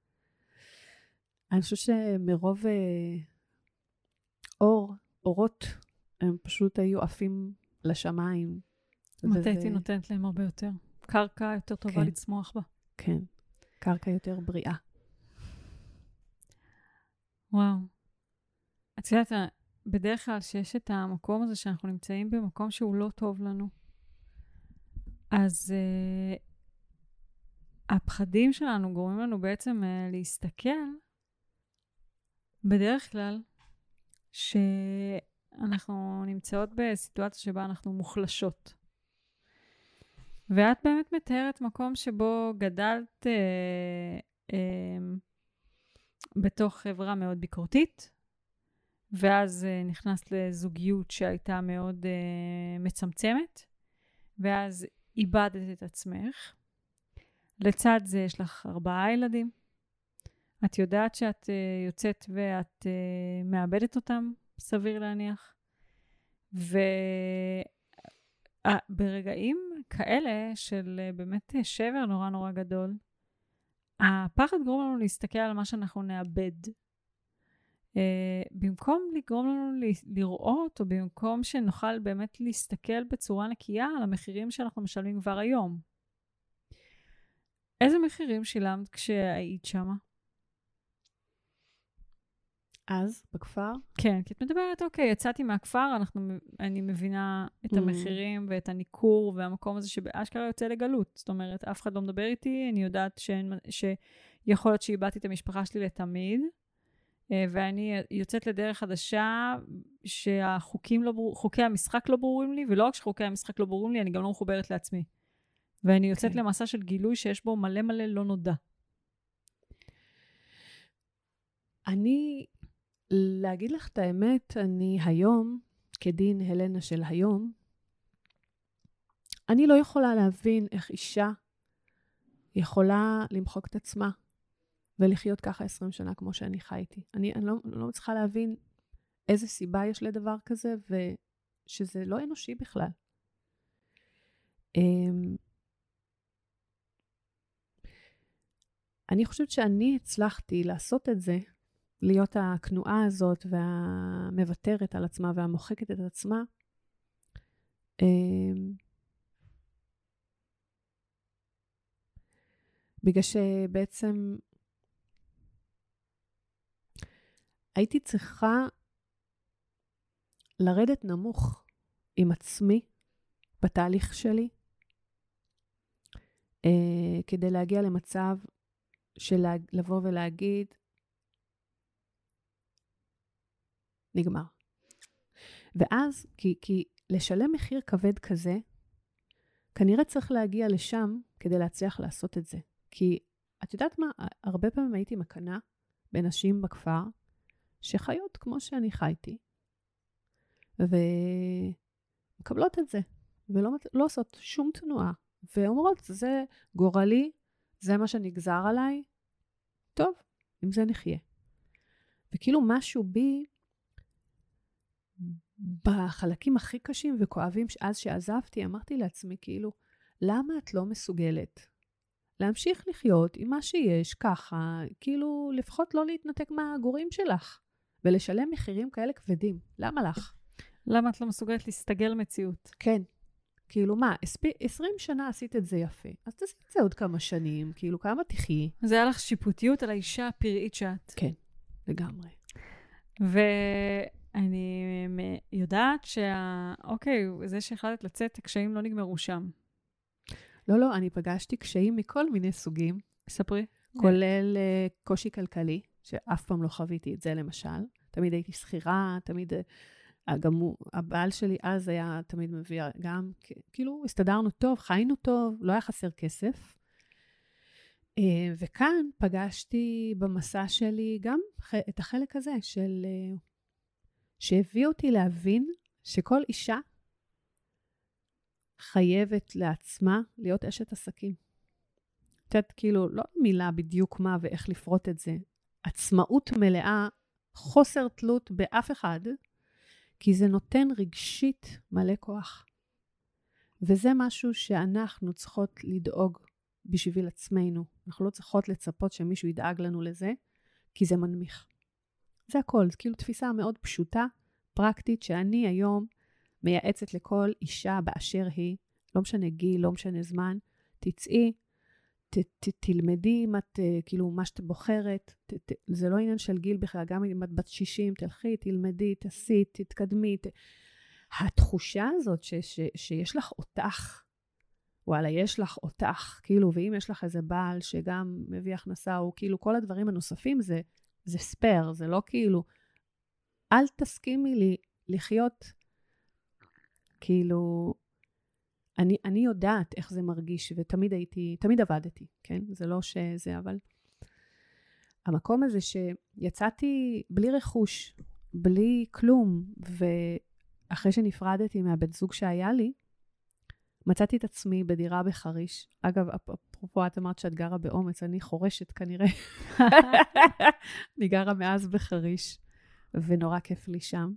אני חושבת שמרוב אה, אור, אורות, הם פשוט היו עפים לשמיים. מתי וזה... הייתי נותנת להם הרבה יותר? קרקע יותר טובה כן. לצמוח בה. כן, קרקע יותר בריאה. וואו. את יודעת, בדרך כלל שיש את המקום הזה שאנחנו נמצאים במקום שהוא לא טוב לנו, אז uh, הפחדים שלנו גורמים לנו בעצם uh, להסתכל בדרך כלל שאנחנו נמצאות בסיטואציה שבה אנחנו מוחלשות. ואת באמת מתארת מקום שבו גדלת uh, uh, בתוך חברה מאוד ביקורתית, ואז uh, נכנסת לזוגיות שהייתה מאוד uh, מצמצמת, ואז איבדת את עצמך. לצד זה יש לך ארבעה ילדים. את יודעת שאת uh, יוצאת ואת uh, מאבדת אותם, סביר להניח. וברגעים כאלה של uh, באמת שבר נורא נורא גדול, הפחד גורם לנו להסתכל על מה שאנחנו נאבד. Uh, במקום לגרום לנו ל- לראות, או במקום שנוכל באמת להסתכל בצורה נקייה על המחירים שאנחנו משלמים כבר היום. איזה מחירים שילמת כשהיית שמה? אז, בכפר? כן, כי את מדברת, אוקיי, יצאתי מהכפר, אנחנו, אני מבינה את המחירים mm. ואת הניכור, והמקום הזה שבאשכרה יוצא לגלות. זאת אומרת, אף אחד לא מדבר איתי, אני יודעת שאין, שיכול להיות שאיבדתי את המשפחה שלי לתמיד, ואני יוצאת לדרך חדשה שהחוקים לא ברור, חוקי המשחק לא ברורים לי, ולא רק שחוקי המשחק לא ברורים לי, אני גם לא מחוברת לעצמי. ואני יוצאת okay. למסע של גילוי שיש בו מלא מלא לא נודע. אני, להגיד לך את האמת, אני היום, כדין הלנה של היום, אני לא יכולה להבין איך אישה יכולה למחוק את עצמה, ולחיות ככה עשרים שנה כמו שאני חייתי. אני, אני לא, לא מצליחה להבין איזה סיבה יש לדבר כזה, ושזה לא אנושי בכלל. אני חושבת שאני הצלחתי לעשות את זה, להיות הכנועה הזאת והמוותרת על עצמה והמוחקת את עצמה, בגלל שבעצם הייתי צריכה לרדת נמוך עם עצמי בתהליך שלי, כדי להגיע למצב של לבוא ולהגיד, נגמר. ואז, כי, כי לשלם מחיר כבד כזה, כנראה צריך להגיע לשם כדי להצליח לעשות את זה. כי את יודעת מה, הרבה פעמים הייתי מקנה בנשים בכפר, שחיות כמו שאני חייתי, ומקבלות את זה, ולא לא עושות שום תנועה, ואומרות, זה גורלי, זה מה שנגזר עליי, טוב, עם זה נחיה. וכאילו משהו בי, בחלקים הכי קשים וכואבים, אז שעזבתי, אמרתי לעצמי, כאילו, למה את לא מסוגלת להמשיך לחיות עם מה שיש ככה, כאילו, לפחות לא להתנתק מהגורים שלך, ולשלם מחירים כאלה כבדים. למה לך? למה את לא מסוגלת להסתגל מציאות? כן. כאילו מה, עשרים שנה עשית את זה יפה, אז תעשי את זה עוד כמה שנים, כאילו כמה תחי. זה היה לך שיפוטיות על האישה הפראית שאת. כן, לגמרי. ואני יודעת שה... אוקיי, זה שהחלטת לצאת, הקשיים לא נגמרו שם. לא, לא, אני פגשתי קשיים מכל מיני סוגים. ספרי. כולל uh, קושי כלכלי, שאף פעם לא חוויתי את זה למשל. תמיד הייתי שכירה, תמיד... גם הוא, הבעל שלי אז היה תמיד מביא, גם, כאילו, הסתדרנו טוב, חיינו טוב, לא היה חסר כסף. וכאן פגשתי במסע שלי גם את החלק הזה, של, שהביא אותי להבין שכל אישה חייבת לעצמה להיות אשת עסקים. את יודעת, כאילו, לא מילה בדיוק מה ואיך לפרוט את זה. עצמאות מלאה, חוסר תלות באף אחד, כי זה נותן רגשית מלא כוח. וזה משהו שאנחנו צריכות לדאוג בשביל עצמנו. אנחנו לא צריכות לצפות שמישהו ידאג לנו לזה, כי זה מנמיך. זה הכל, זה כאילו תפיסה מאוד פשוטה, פרקטית, שאני היום מייעצת לכל אישה באשר היא, לא משנה גיל, לא משנה זמן, תצאי, ת, ת, תלמדי אם את, כאילו, מה שאת בוחרת, ת, ת, זה לא עניין של גיל בכלל, גם אם את בת שישים, תלכי, תלמדי, תעשי, תתקדמי. ת... התחושה הזאת ש, ש, שיש לך אותך, וואלה, יש לך אותך, כאילו, ואם יש לך איזה בעל שגם מביא הכנסה, או כאילו כל הדברים הנוספים, זה, זה ספר, זה לא כאילו, אל תסכימי לי לחיות, כאילו, אני, אני יודעת איך זה מרגיש, ותמיד הייתי, תמיד עבדתי, כן? זה לא שזה, אבל המקום הזה שיצאתי בלי רכוש, בלי כלום, ואחרי שנפרדתי מהבן זוג שהיה לי, מצאתי את עצמי בדירה בחריש. אגב, אפרופו, את אמרת שאת גרה באומץ, אני חורשת כנראה. אני גרה מאז בחריש, ונורא כיף לי שם.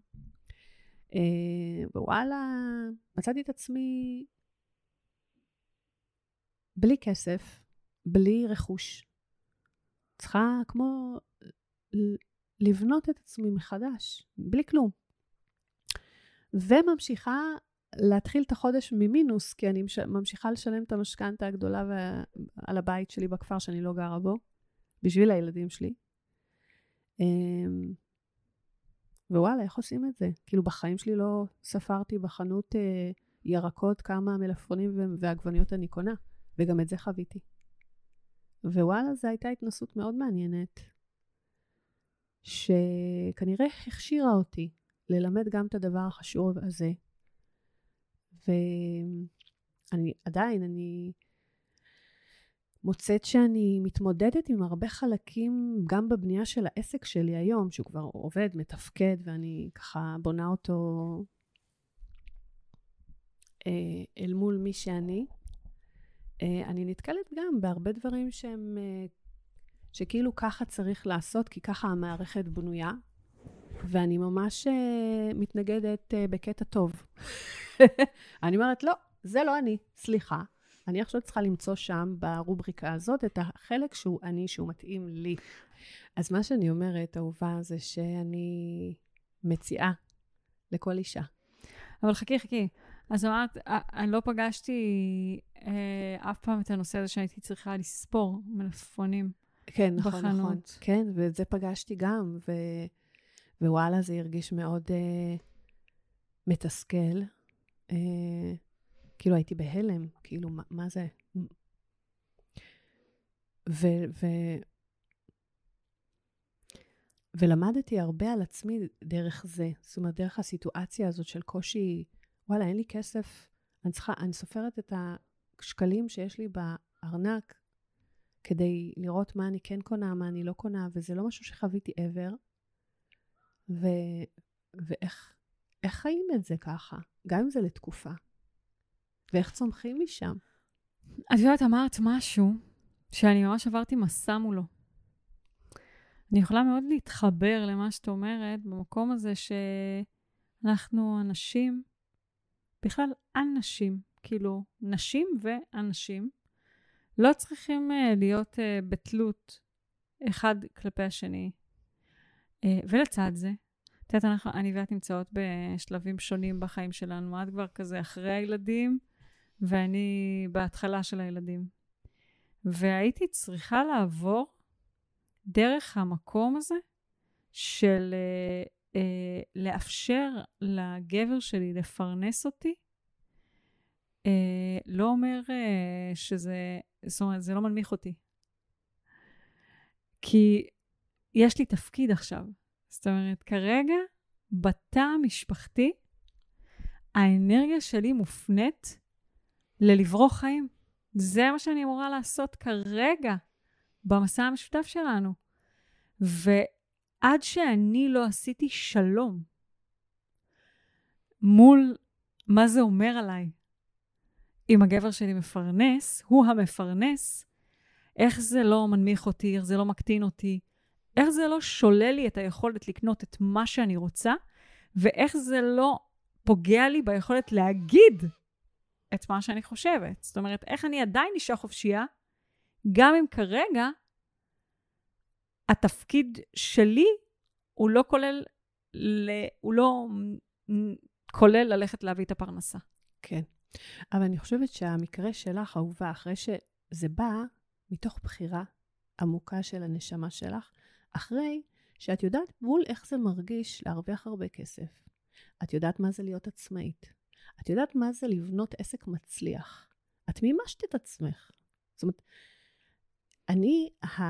ווואלה, מצאתי את עצמי בלי כסף, בלי רכוש. צריכה כמו לבנות את עצמי מחדש, בלי כלום. וממשיכה להתחיל את החודש ממינוס, כי אני ממשיכה לשלם את המשכנתה הגדולה על הבית שלי בכפר שאני לא גרה בו, בשביל הילדים שלי. ווואלה, איך עושים את זה? כאילו בחיים שלי לא ספרתי בחנות ירקות כמה מלפפונים ועגבניות אני קונה, וגם את זה חוויתי. ווואלה, זו הייתה התנסות מאוד מעניינת, שכנראה הכשירה אותי ללמד גם את הדבר החשוב הזה. ואני עדיין, אני מוצאת שאני מתמודדת עם הרבה חלקים, גם בבנייה של העסק שלי היום, שהוא כבר עובד, מתפקד, ואני ככה בונה אותו אה, אל מול מי שאני. אה, אני נתקלת גם בהרבה דברים שהם, אה, שכאילו ככה צריך לעשות, כי ככה המערכת בנויה, ואני ממש uh, מתנגדת uh, בקטע טוב. אני אומרת, לא, זה לא אני, סליחה. אני עכשיו צריכה למצוא שם, ברובריקה הזאת, את החלק שהוא אני, שהוא מתאים לי. אז מה שאני אומרת, אהובה, זה שאני מציעה לכל אישה. אבל חכי, חכי. אז אמרת, אני לא פגשתי אה, אף פעם את הנושא הזה שהייתי צריכה לספור מלפפונים. כן, נכון, בחנות. נכון. כן, ואת זה פגשתי גם, ו... ווואלה, זה הרגיש מאוד אה, מתסכל. אה, כאילו הייתי בהלם, כאילו, מה, מה זה? ו... ו... ולמדתי הרבה על עצמי דרך זה. זאת אומרת, דרך הסיטואציה הזאת של קושי, וואלה, אין לי כסף, אני צריכה, אני סופרת את השקלים שיש לי בארנק, כדי לראות מה אני כן קונה, מה אני לא קונה, וזה לא משהו שחוויתי ever. ו... ואיך איך חיים את זה ככה? גם אם זה לתקופה. ואיך צומחים משם? את יודעת, אמרת משהו שאני ממש עברתי מסע מולו. אני יכולה מאוד להתחבר למה שאת אומרת, במקום הזה שאנחנו אנשים, בכלל אנשים, כאילו נשים ואנשים, לא צריכים uh, להיות uh, בתלות אחד כלפי השני. Uh, ולצד זה, את יודעת, אנחנו, אני ואת נמצאות בשלבים שונים בחיים שלנו, את כבר כזה אחרי הילדים, ואני בהתחלה של הילדים. והייתי צריכה לעבור דרך המקום הזה של אה, אה, לאפשר לגבר שלי לפרנס אותי, אה, לא אומר אה, שזה, זאת אומרת, זה לא מנמיך אותי. כי יש לי תפקיד עכשיו. זאת אומרת, כרגע, בתא המשפחתי, האנרגיה שלי מופנית ללברוא חיים. זה מה שאני אמורה לעשות כרגע, במסע המשותף שלנו. ועד שאני לא עשיתי שלום מול מה זה אומר עליי, אם הגבר שלי מפרנס, הוא המפרנס, איך זה לא מנמיך אותי, איך זה לא מקטין אותי, איך זה לא שולל לי את היכולת לקנות את מה שאני רוצה, ואיך זה לא פוגע לי ביכולת להגיד את מה שאני חושבת. זאת אומרת, איך אני עדיין אישה חופשייה, גם אם כרגע התפקיד שלי הוא לא כולל, הוא לא כולל ללכת להביא את הפרנסה. כן. אבל אני חושבת שהמקרה שלך, אהובה, אחרי שזה בא מתוך בחירה עמוקה של הנשמה שלך, אחרי שאת יודעת בול איך זה מרגיש להרוויח הרבה כסף. את יודעת מה זה להיות עצמאית. את יודעת מה זה לבנות עסק מצליח. את מימשת את עצמך. זאת אומרת, אני,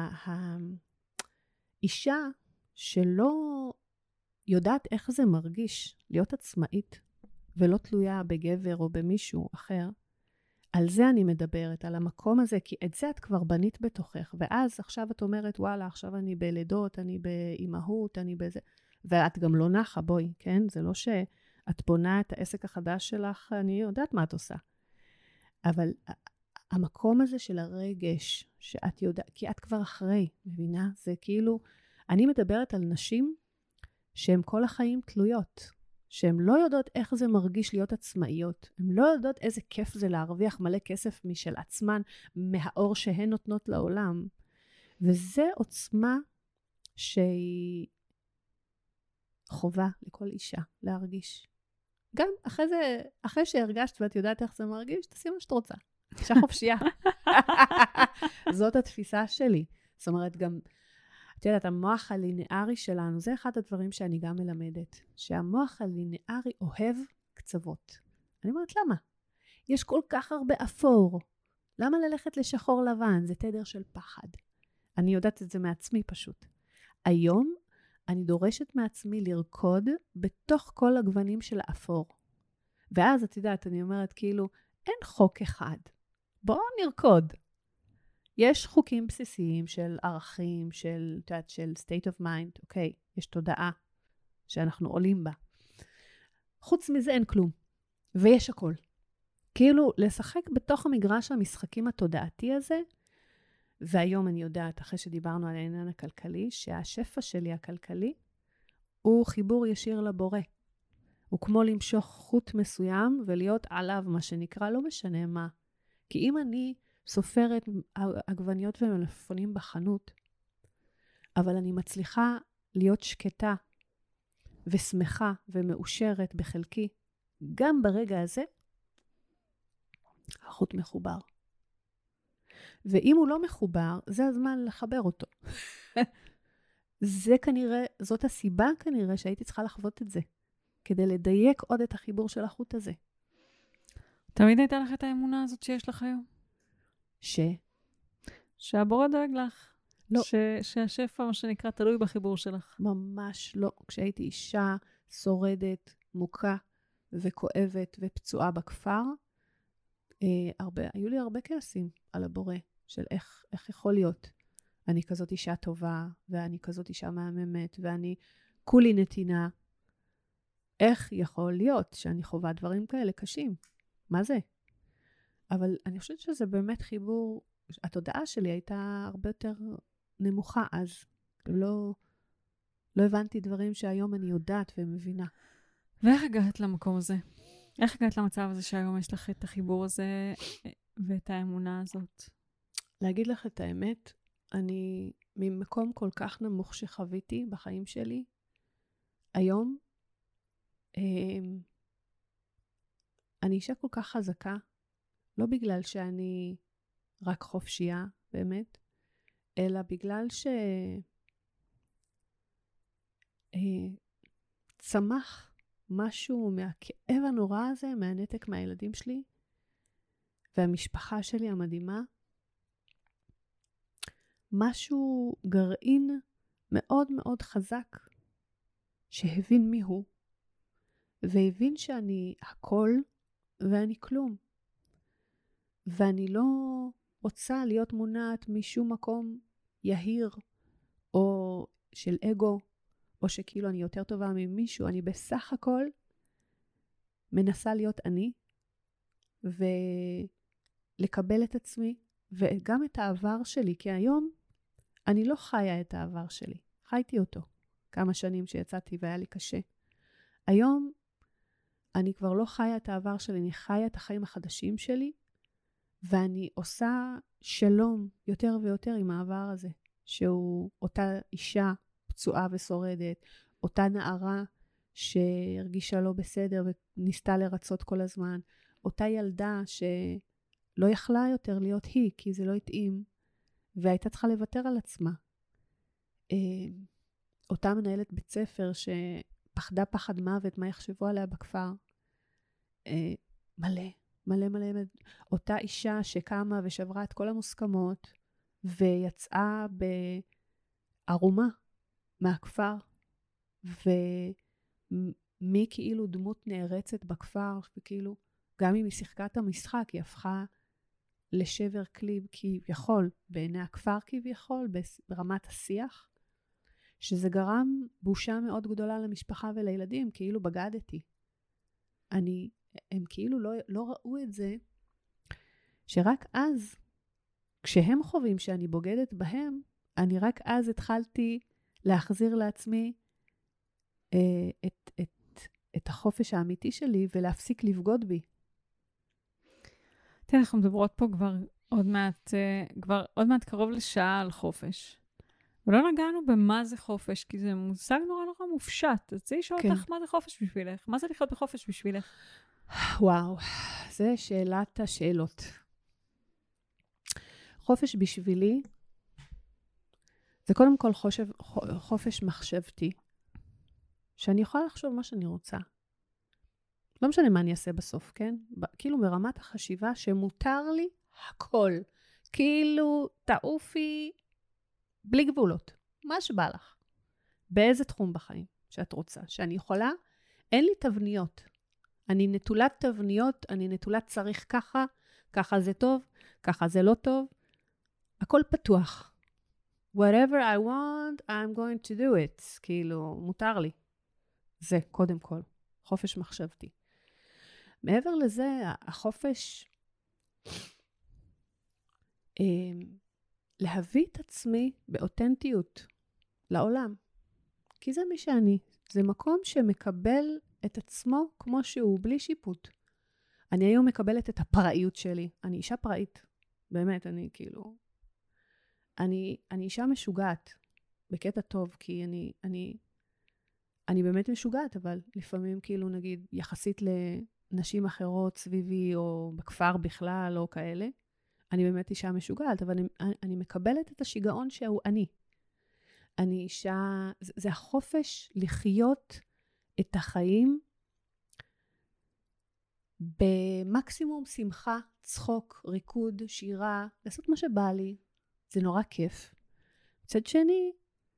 האישה שלא יודעת איך זה מרגיש להיות עצמאית, ולא תלויה בגבר או במישהו אחר, על זה אני מדברת, על המקום הזה, כי את זה את כבר בנית בתוכך, ואז עכשיו את אומרת, וואלה, עכשיו אני בלידות, אני באימהות, אני בזה, ואת גם לא נחה, בואי, כן? זה לא שאת בונה את העסק החדש שלך, אני יודעת מה את עושה. אבל המקום הזה של הרגש, שאת יודעת, כי את כבר אחרי, מבינה? זה כאילו, אני מדברת על נשים שהן כל החיים תלויות, שהן לא יודעות איך זה מרגיש להיות עצמאיות, הן לא יודעות איזה כיף זה להרוויח מלא כסף משל עצמן, מהאור שהן נותנות לעולם. וזה עוצמה שהיא חובה לכל אישה להרגיש. גם אחרי זה, אחרי שהרגשת ואת יודעת איך זה מרגיש, תעשי מה שאת רוצה. אישה חופשייה. זאת התפיסה שלי. זאת אומרת, גם, את יודעת, המוח הלינארי שלנו, זה אחד הדברים שאני גם מלמדת, שהמוח הלינארי אוהב קצוות. אני אומרת, למה? יש כל כך הרבה אפור. למה ללכת לשחור לבן? זה תדר של פחד. אני יודעת את זה מעצמי פשוט. היום אני דורשת מעצמי לרקוד בתוך כל הגוונים של האפור. ואז את יודעת, אני אומרת כאילו, אין חוק אחד. בואו נרקוד. יש חוקים בסיסיים של ערכים, של, את יודעת, של state of mind, אוקיי, יש תודעה שאנחנו עולים בה. חוץ מזה אין כלום. ויש הכל. כאילו, לשחק בתוך המגרש המשחקים התודעתי הזה, והיום אני יודעת, אחרי שדיברנו על העניין הכלכלי, שהשפע שלי הכלכלי, הוא חיבור ישיר לבורא. הוא כמו למשוך חוט מסוים ולהיות עליו, מה שנקרא, לא משנה מה. כי אם אני סופרת עגבניות ומלפפונים בחנות, אבל אני מצליחה להיות שקטה ושמחה ומאושרת בחלקי, גם ברגע הזה, החוט מחובר. ואם הוא לא מחובר, זה הזמן לחבר אותו. זה כנראה, זאת הסיבה כנראה שהייתי צריכה לחוות את זה, כדי לדייק עוד את החיבור של החוט הזה. תמיד הייתה לך את האמונה הזאת שיש לך היום? ש? שהבורא דואג לך. לא. ש, שהשפע, מה שנקרא, תלוי בחיבור שלך. ממש לא. כשהייתי אישה שורדת, מוכה וכואבת ופצועה בכפר, אה, הרבה, היו לי הרבה כעסים על הבורא, של איך, איך יכול להיות. אני כזאת אישה טובה, ואני כזאת אישה מהממת, ואני כולי נתינה. איך יכול להיות שאני חווה דברים כאלה קשים? מה זה? אבל אני חושבת שזה באמת חיבור, התודעה שלי הייתה הרבה יותר נמוכה אז. לא, לא הבנתי דברים שהיום אני יודעת ומבינה. ואיך הגעת למקום הזה? איך הגעת למצב הזה שהיום יש לך את החיבור הזה ואת האמונה הזאת? להגיד לך את האמת, אני ממקום כל כך נמוך שחוויתי בחיים שלי, היום, אני אישה כל כך חזקה, לא בגלל שאני רק חופשייה, באמת, אלא בגלל שצמח משהו מהכאב הנורא הזה, מהנתק מהילדים שלי, והמשפחה שלי המדהימה, משהו גרעין מאוד מאוד חזק, שהבין מי הוא, והבין שאני הכל ואני כלום. ואני לא רוצה להיות מונעת משום מקום יהיר, או של אגו, או שכאילו אני יותר טובה ממישהו. אני בסך הכל מנסה להיות אני, ולקבל את עצמי, וגם את העבר שלי, כי היום אני לא חיה את העבר שלי. חייתי אותו כמה שנים שיצאתי והיה לי קשה. היום אני כבר לא חיה את העבר שלי, אני חיה את החיים החדשים שלי, ואני עושה שלום יותר ויותר עם העבר הזה, שהוא אותה אישה פצועה ושורדת, אותה נערה שהרגישה לא בסדר וניסתה לרצות כל הזמן, אותה ילדה שלא יכלה יותר להיות היא, כי זה לא התאים, והייתה צריכה לוותר על עצמה. אותה מנהלת בית ספר שפחדה פחד מוות, מה יחשבו עליה בכפר. מלא, מלא מלא. אותה אישה שקמה ושברה את כל המוסכמות, ויצאה בערומה מהכפר, ומי כאילו דמות נערצת בכפר, וכאילו, גם אם היא שיחקה את המשחק, היא הפכה לשבר כלי כביכול, בעיני הכפר כביכול, ברמת השיח, שזה גרם בושה מאוד גדולה למשפחה ולילדים, כאילו בגדתי. אני, הם כאילו לא, לא ראו את זה, שרק אז, כשהם חווים שאני בוגדת בהם, אני רק אז התחלתי להחזיר לעצמי אה, את, את, את החופש האמיתי שלי, ולהפסיק לבגוד בי. תראה, אנחנו מדברות פה כבר עוד מעט, כבר עוד מעט קרוב לשעה על חופש. ולא נגענו במה זה חופש, כי זה מושג נורא נורא מופשט. אז זה לשאול אותך מה זה חופש בשבילך? מה זה לחיות בחופש בשבילך? וואו, זה שאלת השאלות. חופש בשבילי, זה קודם כל חושב, חופש מחשבתי, שאני יכולה לחשוב מה שאני רוצה. לא משנה מה אני אעשה בסוף, כן? כאילו ברמת החשיבה שמותר לי הכל. כאילו תעופי בלי גבולות. מה שבא לך. באיזה תחום בחיים שאת רוצה. שאני יכולה, אין לי תבניות. אני נטולת תבניות, אני נטולת צריך ככה, ככה זה טוב, ככה זה לא טוב. הכל פתוח. Whatever I want, I'm going to do it. כאילו, מותר לי. זה קודם כל. חופש מחשבתי. מעבר לזה, החופש להביא את עצמי באותנטיות לעולם. כי זה מי שאני. זה מקום שמקבל את עצמו כמו שהוא, בלי שיפוט. אני היום מקבלת את הפראיות שלי. אני אישה פראית. באמת, אני כאילו... אני, אני אישה משוגעת, בקטע טוב, כי אני, אני, אני באמת משוגעת, אבל לפעמים כאילו נגיד יחסית לנשים אחרות סביבי, או בכפר בכלל, או כאלה, אני באמת אישה משוגעת, אבל אני, אני מקבלת את השיגעון שהוא אני. אני אישה, זה, זה החופש לחיות את החיים במקסימום שמחה, צחוק, ריקוד, שירה, לעשות מה שבא לי. זה נורא כיף. מצד שני,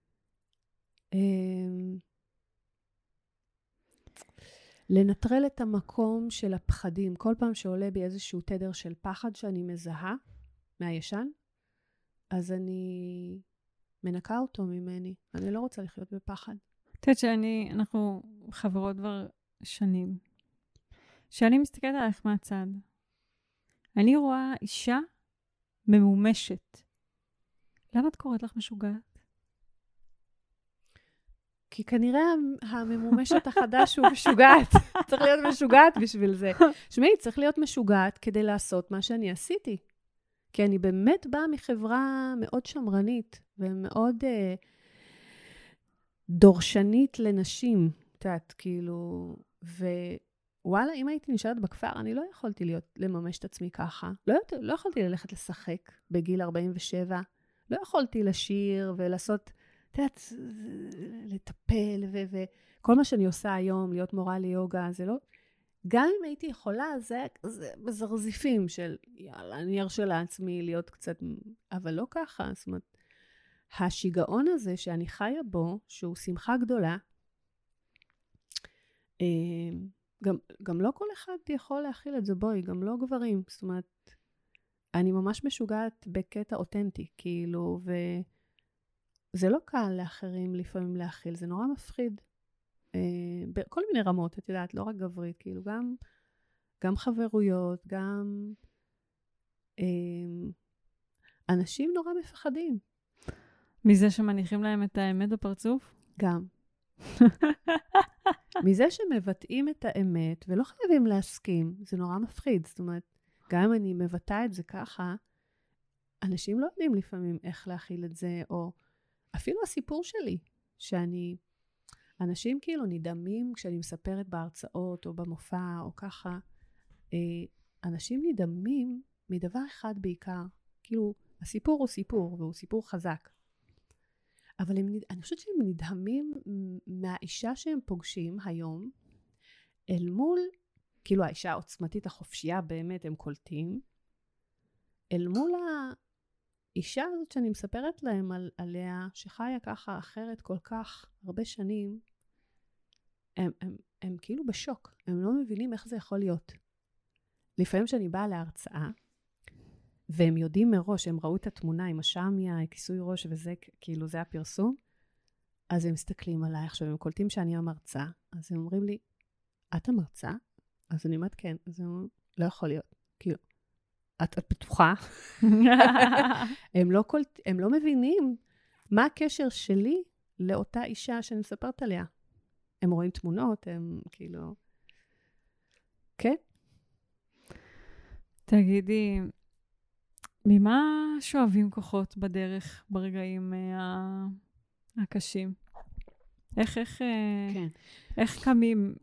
לנטרל את המקום של הפחדים. כל פעם שעולה בי איזשהו תדר של פחד שאני מזהה מהישן, אז אני מנקה אותו ממני. אני לא רוצה לחיות בפחד. את יודעת שאני, אנחנו חברות כבר שנים. שאני מסתכלת עליך מהצד. אני רואה אישה ממומשת. למה את קוראת לך משוגעת? כי כנראה הממומשת החדש הוא משוגעת. צריך להיות משוגעת בשביל זה. שמי, צריך להיות משוגעת כדי לעשות מה שאני עשיתי. כי אני באמת באה מחברה מאוד שמרנית, ומאוד אה, דורשנית לנשים. את יודעת, כאילו, ווואלה, אם הייתי נשארת בכפר, אני לא יכולתי להיות, לממש את עצמי ככה. לא, לא יכולתי ללכת לשחק בגיל ארבעים ושבע. לא יכולתי לשיר ולעשות, את יודעת, לטפל, וכל מה שאני עושה היום, להיות מורה ליוגה, זה לא... גם אם הייתי יכולה, זה, זה בזרזיפים של, יאללה, אני ארשה לעצמי להיות קצת... אבל לא ככה, זאת אומרת, השיגעון הזה שאני חיה בו, שהוא שמחה גדולה, גם, גם לא כל אחד יכול להכיל את זה, בואי, גם לא גברים, זאת אומרת, אני ממש משוגעת בקטע אותנטי, כאילו, וזה לא קל לאחרים לפעמים להכיל, זה נורא מפחיד. בכל מיני רמות, את יודעת, לא רק גברית, כאילו, גם, גם חברויות, גם אנשים נורא מפחדים. מזה שמניחים להם את האמת בפרצוף? גם. מזה שמבטאים את האמת, ולא חייבים להסכים, זה נורא מפחיד, זאת אומרת, גם אם אני מבטא את זה ככה, אנשים לא יודעים לפעמים איך להכיל את זה, או אפילו הסיפור שלי, שאני, אנשים כאילו נדהמים כשאני מספרת בהרצאות, או במופע, או ככה, אנשים נדהמים מדבר אחד בעיקר, כאילו, הסיפור הוא סיפור, והוא סיפור חזק. אבל הם, אני חושבת שהם נדהמים מהאישה שהם פוגשים היום, אל מול, כאילו האישה העוצמתית החופשייה באמת הם קולטים, אל מול האישה הזאת שאני מספרת להם על, עליה, שחיה ככה אחרת כל כך הרבה שנים, הם, הם, הם כאילו בשוק, הם לא מבינים איך זה יכול להיות. לפעמים שאני באה להרצאה, והם יודעים מראש, הם ראו את התמונה עם השמיה, כיסוי ראש, וזה כאילו זה הפרסום, אז הם מסתכלים עליי, עכשיו הם קולטים שאני המרצה, אז הם אומרים לי, את המרצה? אז אני אומרת כן, אז הם אומרים, לא יכול להיות, כאילו, את, את בטוחה? הם, לא קולט, הם לא מבינים מה הקשר שלי לאותה אישה שאני מספרת עליה. הם רואים תמונות, הם כאילו, כן? תגידי, ממה שואבים כוחות בדרך ברגעים הקשים? איך, איך, כן. איך קמים,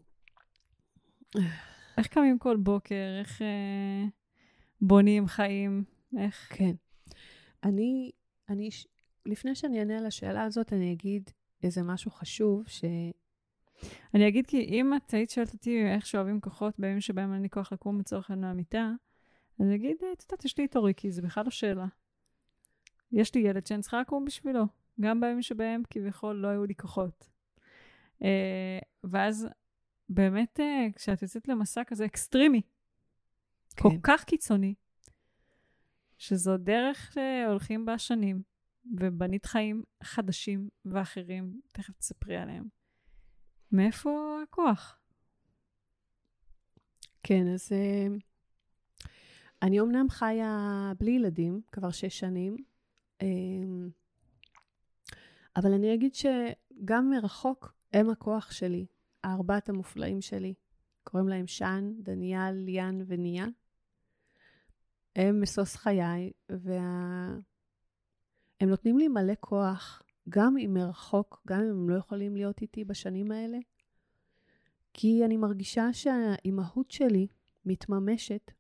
איך קמים כל בוקר? איך בונים חיים? איך? כן. אני, אני, לפני שאני אענה על השאלה הזאת, אני אגיד איזה משהו חשוב ש... אני אגיד כי אם את היית שואלת אותי איך שואבים כוחות בימים שבהם אין לי כוח לקום מצורך מהמיטה, אז אני אגיד, את יודעת, יש לי איתו ריקי, זה בכלל לא שאלה. יש לי ילד שאני צריכה לקום בשבילו, גם בימים שבהם כביכול לא היו לי כוחות. אה, ואז באמת, אה, כשאת יוצאת למסע כזה אקסטרימי, כן. כל כך קיצוני, שזו דרך שהולכים בה שנים, ובנית חיים חדשים ואחרים, תכף תספרי עליהם. מאיפה הכוח? כן, אז... אני אומנם חיה בלי ילדים, כבר שש שנים, אבל אני אגיד שגם מרחוק הם הכוח שלי. הארבעת המופלאים שלי, קוראים להם שן, דניאל, ליאן וניה. הם מסוס חיי, והם וה... נותנים לי מלא כוח, גם אם מרחוק, גם אם הם לא יכולים להיות איתי בשנים האלה, כי אני מרגישה שהאימהות שלי מתממשת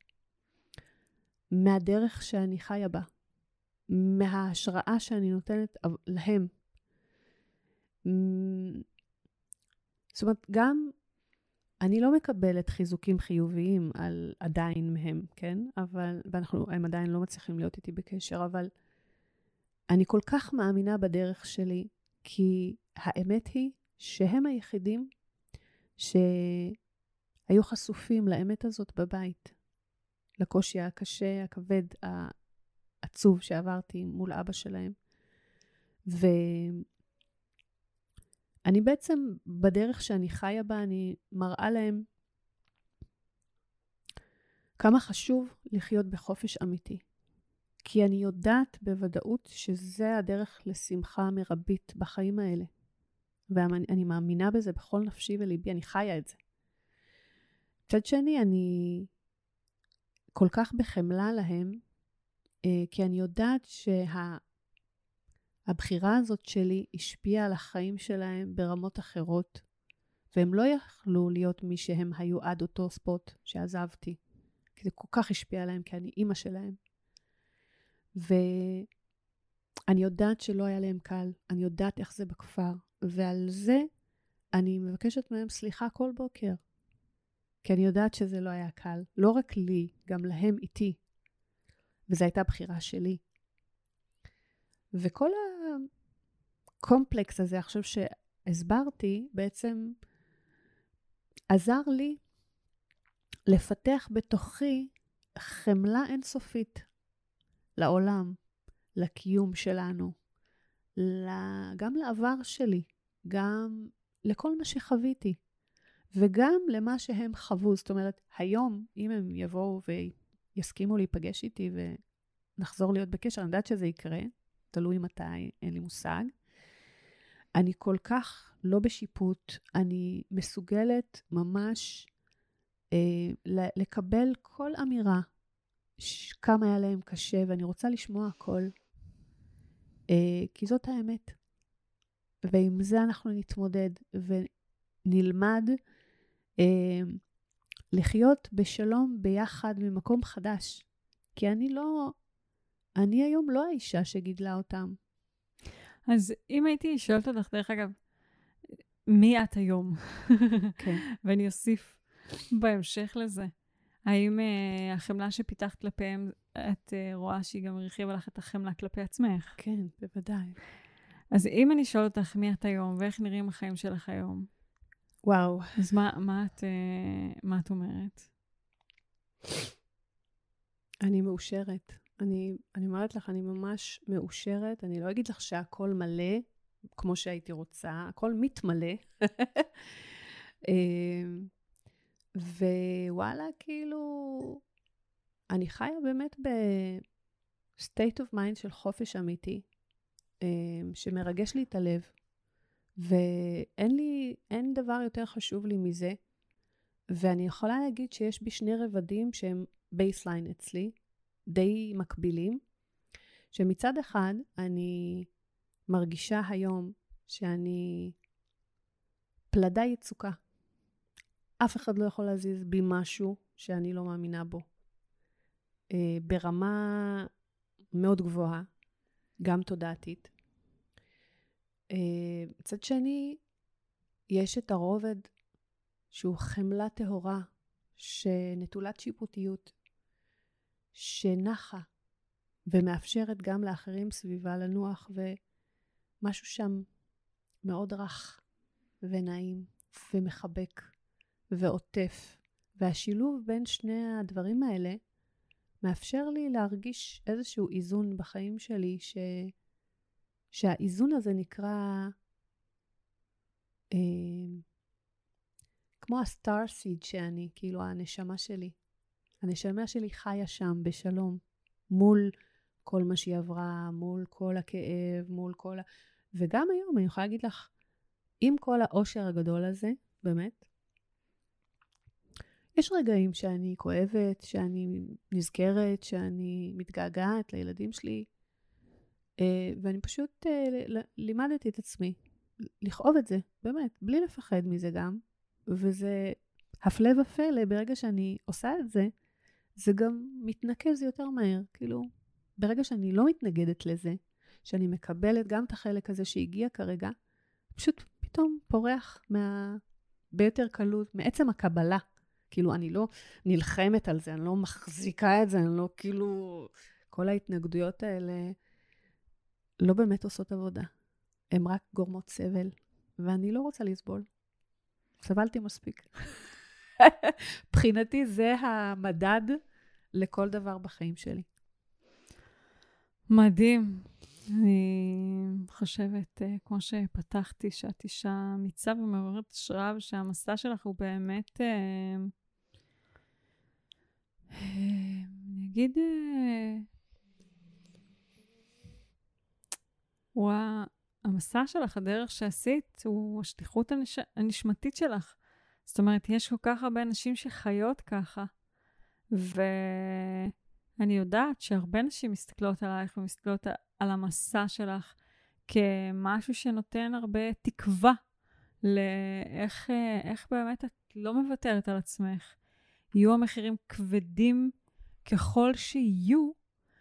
מהדרך שאני חיה בה, מההשראה שאני נותנת להם. זאת אומרת, גם אני לא מקבלת חיזוקים חיוביים על עדיין מהם, כן? אבל, ואנחנו, הם עדיין לא מצליחים להיות איתי בקשר, אבל אני כל כך מאמינה בדרך שלי, כי האמת היא שהם היחידים שהיו חשופים לאמת הזאת בבית, לקושי הקשה, הכבד, העצוב שעברתי מול אבא שלהם. ואני בעצם, בדרך שאני חיה בה, אני מראה להם כמה חשוב לחיות בחופש אמיתי. כי אני יודעת בוודאות שזה הדרך לשמחה מרבית בחיים האלה. ואני מאמינה בזה בכל נפשי וליבי, אני חיה את זה. מצד שני, אני כל כך בחמלה להם, כי אני יודעת שהבחירה הזאת שלי השפיעה על החיים שלהם ברמות אחרות, והם לא יכלו להיות מי שהם היו עד אותו ספוט שעזבתי, כי זה כל כך השפיע עליהם, כי אני אימא שלהם. ואני יודעת שלא היה להם קל, אני יודעת איך זה בכפר, ועל זה אני מבקשת מהם סליחה כל בוקר, כי אני יודעת שזה לא היה קל, לא רק לי, גם להם איתי, וזו הייתה בחירה שלי. וכל הקומפלקס הזה, עכשיו שהסברתי, בעצם עזר לי לפתח בתוכי חמלה אינסופית לעולם, לקיום שלנו, גם לעבר שלי, גם לכל מה שחוויתי, וגם למה שהם חוו. זאת אומרת, היום, אם הם יבואו ויסכימו להיפגש איתי ונחזור להיות בקשר, אני יודעת שזה יקרה, תלוי מתי, אין לי מושג. אני כל כך לא בשיפוט, אני מסוגלת ממש אה, לקבל כל אמירה, כמה היה להם קשה, ואני רוצה לשמוע הכל, אה, כי זאת האמת. ועם זה אנחנו נתמודד ונלמד אה, לחיות בשלום ביחד ממקום חדש. כי אני לא, אני היום לא האישה שגידלה אותם. אז אם הייתי שואלת אותך, דרך אגב, מי את היום? כן. ואני אוסיף בהמשך לזה. האם uh, החמלה שפיתחת כלפיהם, את uh, רואה שהיא גם הרחיבה לך את החמלה כלפי עצמך? כן, בוודאי. אז אם אני שואל אותך מי את היום, ואיך נראים החיים שלך היום? וואו. אז מה, מה, את, uh, מה את אומרת? אני מאושרת. אני, אני אומרת לך, אני ממש מאושרת. אני לא אגיד לך שהכל מלא, כמו שהייתי רוצה. הכל מתמלא. ווואלה, כאילו, אני חיה באמת ב-state of mind של חופש אמיתי, שמרגש לי את הלב, ואין לי, אין דבר יותר חשוב לי מזה, ואני יכולה להגיד שיש בי שני רבדים שהם בייסליין אצלי, די מקבילים, שמצד אחד אני מרגישה היום שאני פלדה יצוקה. אף אחד לא יכול להזיז בי משהו שאני לא מאמינה בו. אה, ברמה מאוד גבוהה, גם תודעתית. אה, מצד שני, יש את הרובד שהוא חמלה טהורה, שנטולת שיפוטיות, שנחה ומאפשרת גם לאחרים סביבה לנוח, ומשהו שם מאוד רך ונעים ומחבק ועוטף. והשילוב בין שני הדברים האלה מאפשר לי להרגיש איזשהו איזון בחיים שלי, ש... שהאיזון הזה נקרא אה, כמו הסטאר סיד שאני, כאילו הנשמה שלי. הנשמה שלי חיה שם בשלום, מול כל מה שהיא עברה, מול כל הכאב, מול כל ה... וגם היום אני יכולה להגיד לך, עם כל האושר הגדול הזה, באמת. יש רגעים שאני כואבת, שאני נזכרת, שאני מתגעגעת לילדים שלי, ואני פשוט לימדתי את עצמי לכאוב את זה, באמת, בלי לפחד מזה גם. וזה הפלא ופלא, ברגע שאני עושה את זה, זה גם מתנקז יותר מהר. כאילו, ברגע שאני לא מתנגדת לזה, שאני מקבלת גם את החלק הזה שהגיע כרגע, פשוט פתאום פורח מה... ביותר קלות, מעצם הקבלה. כאילו, אני לא נלחמת על זה, אני לא מחזיקה את זה, אני לא כאילו... כל ההתנגדויות האלה לא באמת עושות עבודה. הן רק גורמות סבל, ואני לא רוצה לסבול. סבלתי מספיק. מבחינתי זה המדד לכל דבר בחיים שלי. מדהים. אני חושבת, כמו שפתחתי, שאת אישה אמיצה ומעוררת השראה, ושהמסע שלך הוא באמת, אני אגיד, הוא המסע שלך, הדרך שעשית, הוא השליחות הנש... הנשמתית שלך. זאת אומרת, יש כל כך הרבה אנשים שחיות ככה, ואני יודעת שהרבה נשים מסתכלות עלייך ומסתכלות על המסע שלך כמשהו שנותן הרבה תקווה לאיך איך באמת את לא מוותרת על עצמך. יהיו המחירים כבדים ככל שיהיו,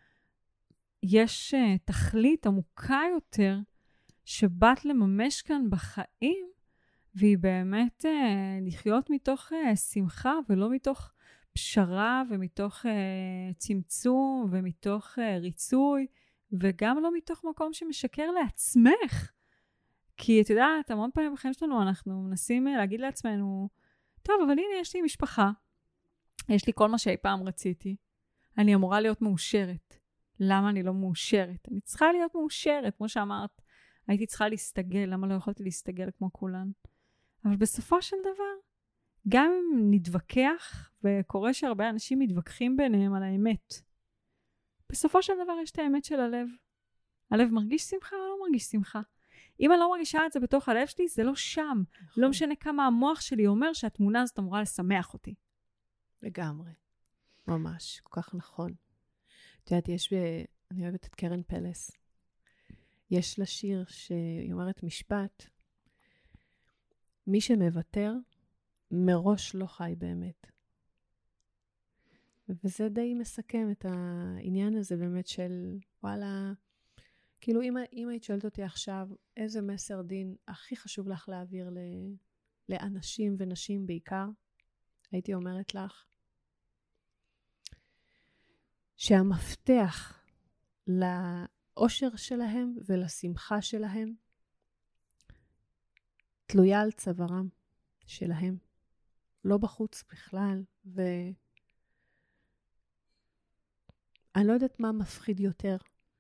יש תכלית עמוקה יותר שבאת לממש כאן בחיים, והיא באמת אה, לחיות מתוך אה, שמחה ולא מתוך פשרה ומתוך אה, צמצום ומתוך אה, ריצוי, וגם לא מתוך מקום שמשקר לעצמך. כי את יודעת, המון פעמים בחיים שלנו אנחנו מנסים אה, להגיד לעצמנו, טוב, אבל הנה יש לי משפחה, יש לי כל מה שאי פעם רציתי, אני אמורה להיות מאושרת. למה אני לא מאושרת? אני צריכה להיות מאושרת, כמו שאמרת, הייתי צריכה להסתגל, למה לא יכולתי להסתגל כמו כולן? אבל בסופו של דבר, גם אם נתווכח, וקורה שהרבה אנשים מתווכחים ביניהם על האמת, בסופו של דבר יש את האמת של הלב. הלב מרגיש שמחה או לא מרגיש שמחה? אם אני לא מרגישה את זה בתוך הלב שלי, זה לא שם. נכון. לא משנה כמה המוח שלי אומר שהתמונה הזאת אמורה לשמח אותי. לגמרי. ממש, כל כך נכון. את יודעת, יש, ב... אני אוהבת את קרן פלס. יש לה שיר שהיא אומרת משפט, מי שמוותר, מראש לא חי באמת. וזה די מסכם את העניין הזה באמת של, וואלה, כאילו אם, אם היית שואלת אותי עכשיו, איזה מסר דין הכי חשוב לך להעביר ל, לאנשים ונשים בעיקר, הייתי אומרת לך, שהמפתח לאושר שלהם ולשמחה שלהם, תלויה על צווארם שלהם, לא בחוץ בכלל, ואני לא יודעת מה מפחיד יותר,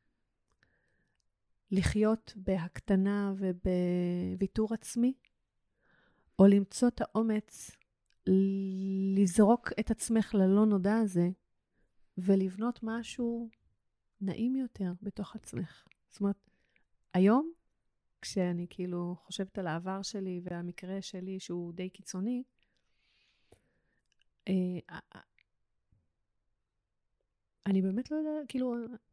לחיות בהקטנה ובוויתור עצמי, או למצוא את האומץ לזרוק את עצמך ללא נודע הזה, ולבנות משהו נעים יותר בתוך עצמך. זאת אומרת, היום, כשאני כאילו חושבת על העבר שלי והמקרה שלי שהוא די קיצוני, אני באמת לא יודעת, כאילו,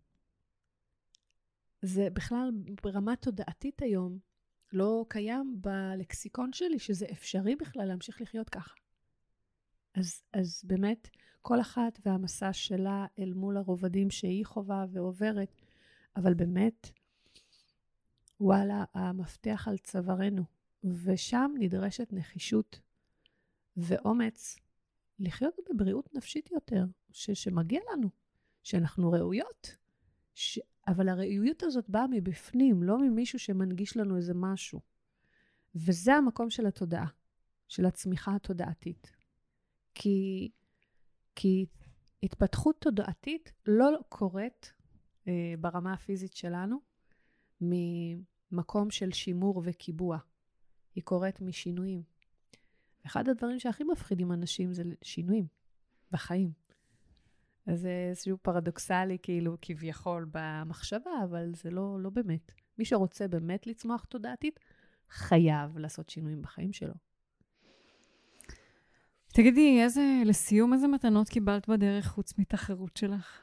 זה בכלל ברמה תודעתית היום, לא קיים בלקסיקון שלי שזה אפשרי בכלל להמשיך לחיות ככה. אז, אז באמת, כל אחת והמסע שלה אל מול הרובדים שהיא חובה ועוברת, אבל באמת, וואלה, המפתח על צווארנו, ושם נדרשת נחישות ואומץ לחיות בבריאות נפשית יותר, ש- שמגיע לנו, שאנחנו ראויות, ש- אבל הראויות הזאת באה מבפנים, לא ממישהו שמנגיש לנו איזה משהו. וזה המקום של התודעה, של הצמיחה התודעתית. כי, כי התפתחות תודעתית לא קורית אה, ברמה הפיזית שלנו, ממקום של שימור וקיבוע. היא קורית משינויים. אחד הדברים שהכי מפחידים אנשים זה שינויים בחיים. אז זה איזשהו פרדוקסלי, כאילו, כביכול במחשבה, אבל זה לא, לא באמת. מי שרוצה באמת לצמוח תודעתית, חייב לעשות שינויים בחיים שלו. תגידי, איזה, לסיום, איזה מתנות קיבלת בדרך חוץ מתחרות שלך?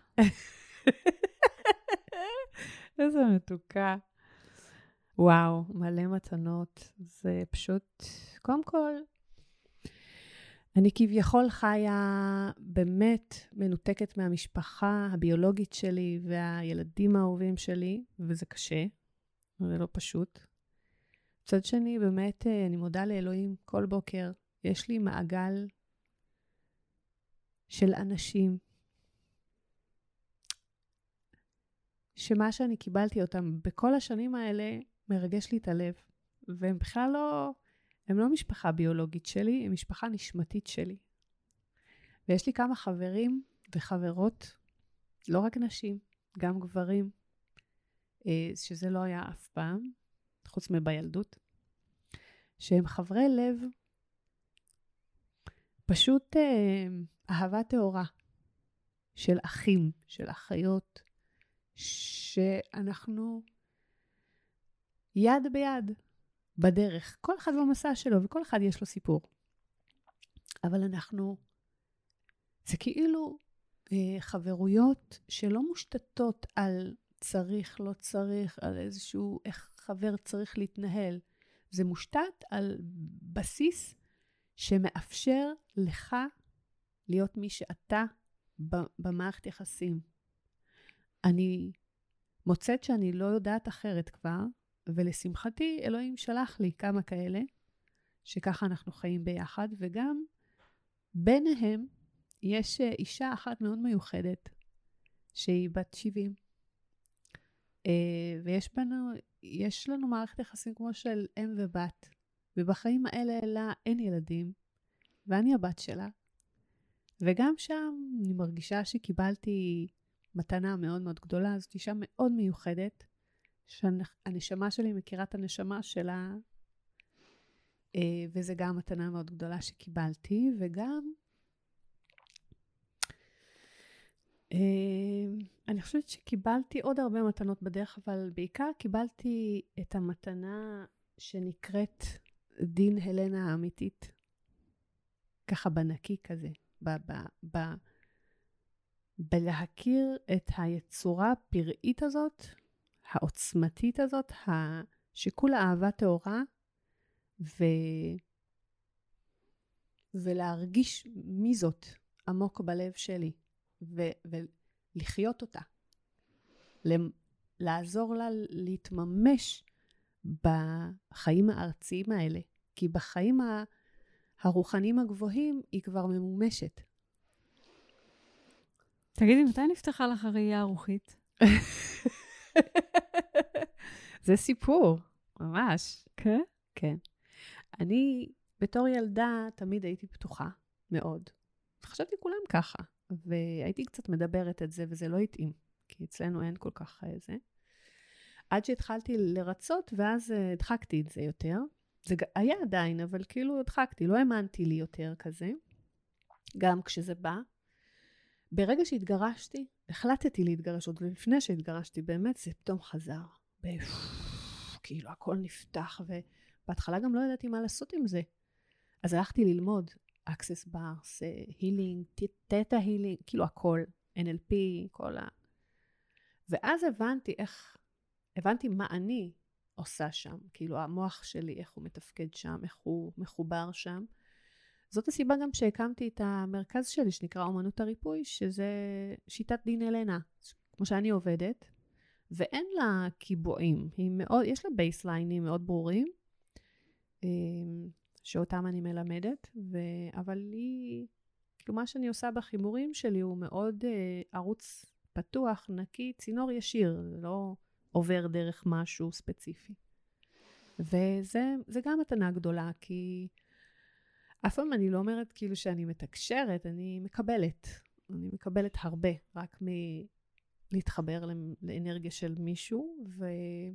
איזה מתוקה. וואו, מלא מתנות. זה פשוט, קודם כל, אני כביכול חיה באמת מנותקת מהמשפחה הביולוגית שלי והילדים האהובים שלי, וזה קשה, זה לא פשוט. מצד שני, באמת, אני מודה לאלוהים כל בוקר. יש לי מעגל של אנשים, שמה שאני קיבלתי אותם בכל השנים האלה, מרגש לי את הלב. והם בכלל לא, הם לא משפחה ביולוגית שלי, הם משפחה נשמתית שלי. ויש לי כמה חברים וחברות, לא רק נשים, גם גברים, שזה לא היה אף פעם, חוץ מבילדות, שהם חברי לב, פשוט אה, אהבה טהורה של אחים, של אחיות, שאנחנו יד ביד בדרך. כל אחד במסע שלו, וכל אחד יש לו סיפור. אבל אנחנו, זה כאילו אה, חברויות שלא מושתתות על צריך, לא צריך, על איזשהו, איך חבר צריך להתנהל. זה מושתת על בסיס שמאפשר לך להיות מי שאתה במערכת יחסים. אני מוצאת שאני לא יודעת אחרת כבר, ולשמחתי אלוהים שלח לי כמה כאלה, שככה אנחנו חיים ביחד, וגם ביניהם יש אישה אחת מאוד מיוחדת, שהיא בת שבעים. ויש בנו, יש לנו מערכת יחסים כמו של אם ובת, ובחיים האלה לה אין ילדים, ואני הבת שלה. וגם שם אני מרגישה שקיבלתי מתנה מאוד מאוד גדולה, זאת אישה מאוד מיוחדת, שהנשמה שלי מכירה את הנשמה שלה, וזה גם מתנה מאוד גדולה שקיבלתי, וגם אני חושבת שקיבלתי עוד הרבה מתנות בדרך, אבל בעיקר קיבלתי את המתנה שנקראת דין הלנה האמיתית, ככה בנקי כזה, ב, ב, ב, בלהכיר את היצורה הפראית הזאת, העוצמתית הזאת, שכולה אהבה טהורה, ו... ולהרגיש מי זאת עמוק בלב שלי, ו... ולחיות אותה, לעזור לה להתממש בחיים הארציים האלה, כי בחיים הרוחניים הגבוהים היא כבר ממומשת. תגידי, מתי נפתחה לך הראייה הרוחית? זה סיפור, ממש. כן? כן. אני בתור ילדה תמיד הייתי פתוחה מאוד. חשבתי כולם ככה, והייתי קצת מדברת את זה, וזה לא התאים, כי אצלנו אין כל כך זה. עד שהתחלתי לרצות, ואז הדחקתי את זה יותר. זה היה עדיין, אבל כאילו הדחקתי, לא האמנתי לי יותר כזה. גם כשזה בא. ברגע שהתגרשתי, החלטתי להתגרש עוד, ולפני שהתגרשתי, באמת זה פתאום חזר. כאילו הכל נפתח, ובהתחלה גם לא ידעתי מה לעשות עם זה. אז הלכתי ללמוד Access Bars, Healing, Theta Healing, כאילו הכל, אן אל פי, כל ה... ואז הבנתי איך, הבנתי מה אני עושה שם, כאילו המוח שלי, איך הוא מתפקד שם, איך הוא מחובר שם. זאת הסיבה גם שהקמתי את המרכז שלי, שנקרא אומנות הריפוי, שזה שיטת דין הלנה, כמו שאני עובדת, ואין לה קיבועים, היא מאוד, יש לה בייסליינים מאוד ברורים, שאותם אני מלמדת, ו... אבל היא, כאילו מה שאני עושה בחימורים שלי, הוא מאוד ערוץ פתוח, נקי, צינור ישיר, לא עובר דרך משהו ספציפי. וזה זה גם מתנה גדולה, כי אף פעם אני לא אומרת כאילו שאני מתקשרת, אני מקבלת. אני מקבלת הרבה, רק מלהתחבר לאנרגיה של מישהו, ו...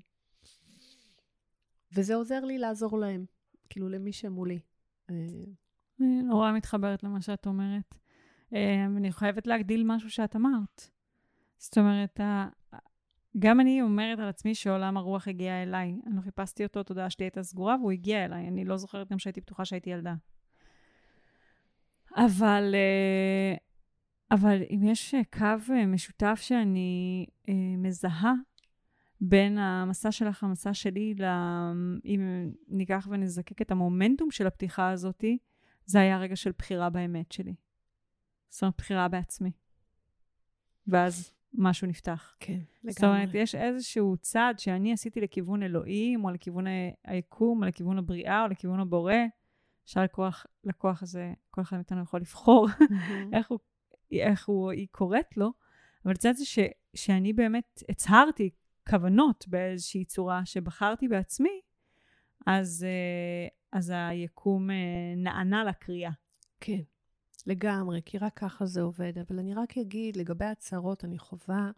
וזה עוזר לי לעזור להם, כאילו למי שמולי. אני נורא מתחברת למה שאת אומרת. אני חייבת להגדיל משהו שאת אמרת. זאת אומרת, גם אני אומרת על עצמי שעולם הרוח הגיע אליי. אני לא חיפשתי אותו, תודעה שלי הייתה סגורה, והוא הגיע אליי. אני לא זוכרת גם שהייתי פתוחה שהייתי ילדה. אבל, אבל אם יש קו משותף שאני מזהה בין המסע שלך, המסע שלי, אם ניקח ונזקק את המומנטום של הפתיחה הזאת, זה היה רגע של בחירה באמת שלי. זאת אומרת, בחירה בעצמי. ואז משהו נפתח. כן, לגמרי. זאת אומרת, יש איזשהו צעד שאני עשיתי לכיוון אלוהים, או לכיוון היקום, או לכיוון הבריאה, או לכיוון הבורא. אפשר לקוח, לקוח הזה, כל אחד מאיתנו יכול לבחור איך הוא, איך הוא, היא קוראת לו. אבל צעד זה ש, שאני באמת הצהרתי כוונות באיזושהי צורה שבחרתי בעצמי, אז, אז היקום נענה לקריאה. כן. לגמרי, כי רק ככה זה עובד. אבל אני רק אגיד, לגבי הצהרות, אני חובה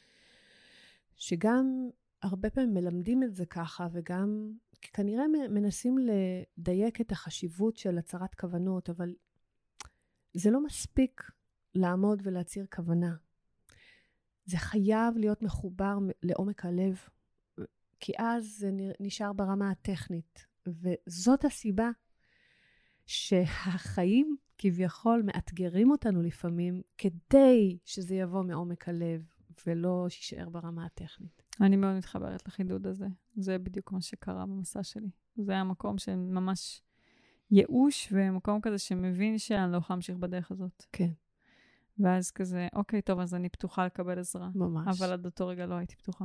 שגם הרבה פעמים מלמדים את זה ככה, וגם כנראה מנסים לדייק את החשיבות של הצהרת כוונות, אבל זה לא מספיק לעמוד ולהצהיר כוונה. זה חייב להיות מחובר לעומק הלב, כי אז זה נשאר ברמה הטכנית. וזאת הסיבה שהחיים כביכול מאתגרים אותנו לפעמים, כדי שזה יבוא מעומק הלב, ולא שישאר ברמה הטכנית. אני מאוד מתחברת לחידוד הזה. זה בדיוק מה שקרה במסע שלי. זה היה מקום שממש ייאוש, ומקום כזה שמבין שאני לא יכולה להמשיך בדרך הזאת. כן. ואז כזה, אוקיי, טוב, אז אני פתוחה לקבל עזרה. ממש. אבל עד אותו רגע לא הייתי פתוחה.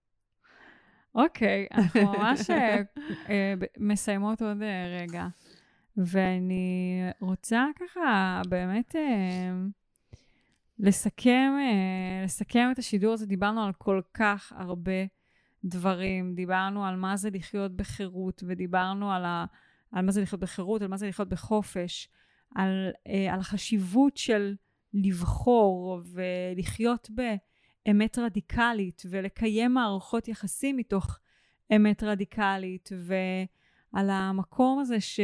אוקיי, אנחנו ממש אה, אה, מסיימות עוד אה, רגע. ואני רוצה ככה באמת אה, לסכם, אה, לסכם את השידור הזה. דיברנו על כל כך הרבה דברים. דיברנו על מה זה לחיות בחירות, ודיברנו על, ה, על מה זה לחיות בחירות, על מה זה לחיות בחופש, על, אה, על החשיבות של לבחור ולחיות באמת רדיקלית, ולקיים מערכות יחסים מתוך אמת רדיקלית, ועל המקום הזה ש...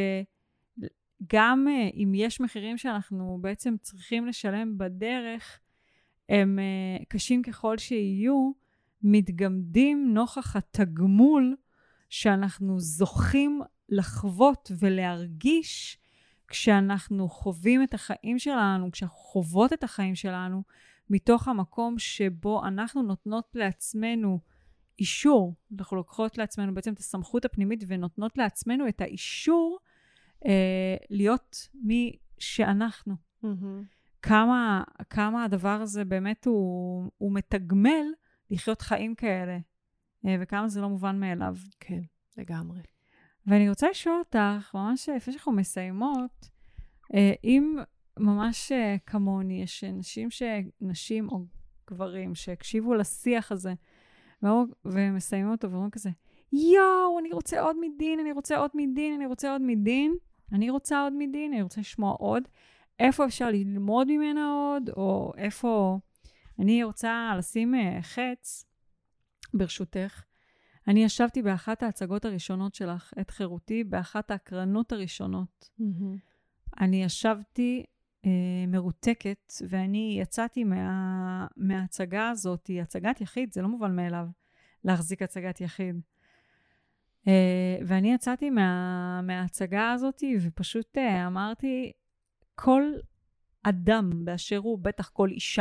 גם uh, אם יש מחירים שאנחנו בעצם צריכים לשלם בדרך, הם uh, קשים ככל שיהיו, מתגמדים נוכח התגמול שאנחנו זוכים לחוות ולהרגיש כשאנחנו חווים את החיים שלנו, כשאנחנו חוות את החיים שלנו, מתוך המקום שבו אנחנו נותנות לעצמנו אישור, אנחנו לוקחות לעצמנו בעצם את הסמכות הפנימית ונותנות לעצמנו את האישור, Uh, להיות מי שאנחנו. Mm-hmm. כמה, כמה הדבר הזה באמת הוא, הוא מתגמל לחיות חיים כאלה, uh, וכמה זה לא מובן מאליו. כן, לגמרי. ואני רוצה לשאול אותך, ממש לפני שאנחנו מסיימות, uh, אם ממש uh, כמוני, יש נשים, ש... נשים או גברים שהקשיבו לשיח הזה, ומסיימים אותו ואומרים כזה, יואו, אני רוצה עוד מדין, אני רוצה עוד מדין, אני רוצה עוד מדין, אני רוצה עוד מדין, אני רוצה לשמוע עוד. איפה אפשר ללמוד ממנה עוד, או איפה... אני רוצה לשים חץ, ברשותך. אני ישבתי באחת ההצגות הראשונות שלך, את חירותי, באחת ההקרנות הראשונות. Mm-hmm. אני ישבתי אה, מרותקת, ואני יצאתי מה, מההצגה הזאת, הצגת יחיד, זה לא מובן מאליו, להחזיק הצגת יחיד. Uh, ואני יצאתי מה, מההצגה הזאת, ופשוט uh, אמרתי, כל אדם באשר הוא, בטח כל אישה,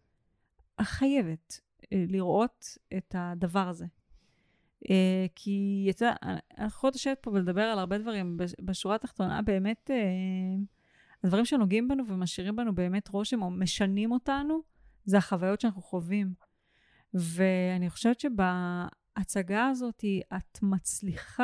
חייבת uh, לראות את הדבר הזה. Uh, כי יצא, אנחנו יכולות לשבת פה ולדבר על הרבה דברים. בשורה התחתונה, באמת, uh, הדברים שנוגעים בנו ומשאירים בנו באמת רושם, או משנים אותנו, זה החוויות שאנחנו חווים. ואני חושבת שבה... ההצגה הזאת, את מצליחה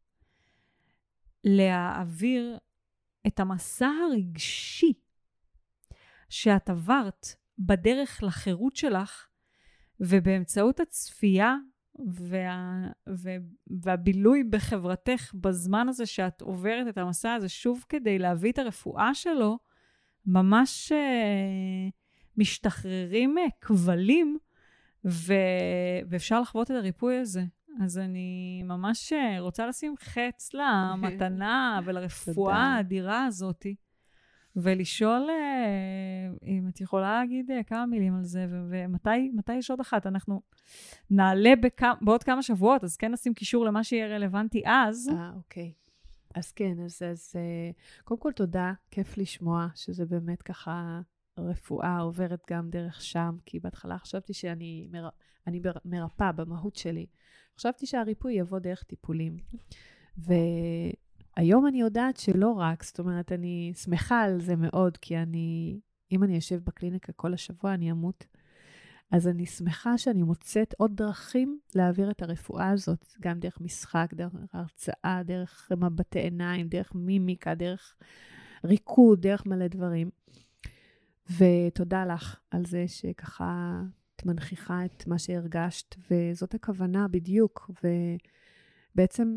להעביר את המסע הרגשי שאת עברת בדרך לחירות שלך, ובאמצעות הצפייה וה, והבילוי בחברתך בזמן הזה שאת עוברת את המסע הזה, שוב כדי להביא את הרפואה שלו, ממש אה, משתחררים כבלים, ו... ואפשר לחוות את הריפוי הזה. אז אני ממש רוצה לשים חץ למתנה ולרפואה האדירה הזאת, ולשאול אם את יכולה להגיד כמה מילים על זה, ומתי מתי יש עוד אחת. אנחנו נעלה בכ... בעוד כמה שבועות, אז כן נשים קישור למה שיהיה רלוונטי אז. אה, אוקיי. אז כן, אז, אז קודם כל תודה, כיף לשמוע שזה באמת ככה רפואה עוברת גם דרך שם, כי בהתחלה חשבתי שאני מר... אני מרפאה במהות שלי. חשבתי שהריפוי יבוא דרך טיפולים. והיום אני יודעת שלא רק, זאת אומרת, אני שמחה על זה מאוד, כי אני, אם אני יושב בקליניקה כל השבוע, אני אמות. אז אני שמחה שאני מוצאת עוד דרכים להעביר את הרפואה הזאת, גם דרך משחק, דרך הרצאה, דרך מבטי עיניים, דרך מימיקה, דרך ריקוד, דרך מלא דברים. ותודה לך על זה שככה את מנכיחה את מה שהרגשת, וזאת הכוונה בדיוק. ובעצם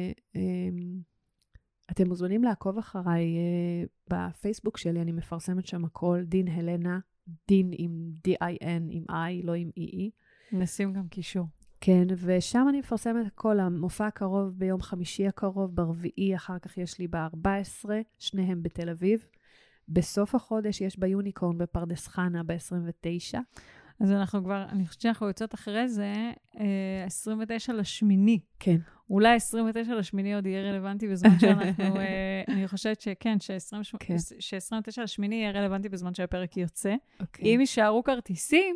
אתם מוזמנים לעקוב אחריי בפייסבוק שלי, אני מפרסמת שם הכל, דין הלנה, דין עם די-איי-אן, עם I, לא עם E-E. נשים גם קישור. כן, ושם אני מפרסמת הכל, המופע הקרוב ביום חמישי הקרוב, ברביעי, אחר כך יש לי ב-ארבע עשרה, שניהם בתל אביב. בסוף החודש יש ביוניקורן בפרדס חנה ב-עשרים ותשע. אז אנחנו כבר, אני חושבת שאנחנו יוצאות אחרי זה, עשרים ותשע לשמיני. כן. אולי עשרים ותשע לשמיני עוד יהיה רלוונטי בזמן שאנחנו, אני חושבת שכן, ש-עשרים ותשע לשמיני יהיה רלוונטי בזמן שהפרק יוצא. אם יישארו כרטיסים,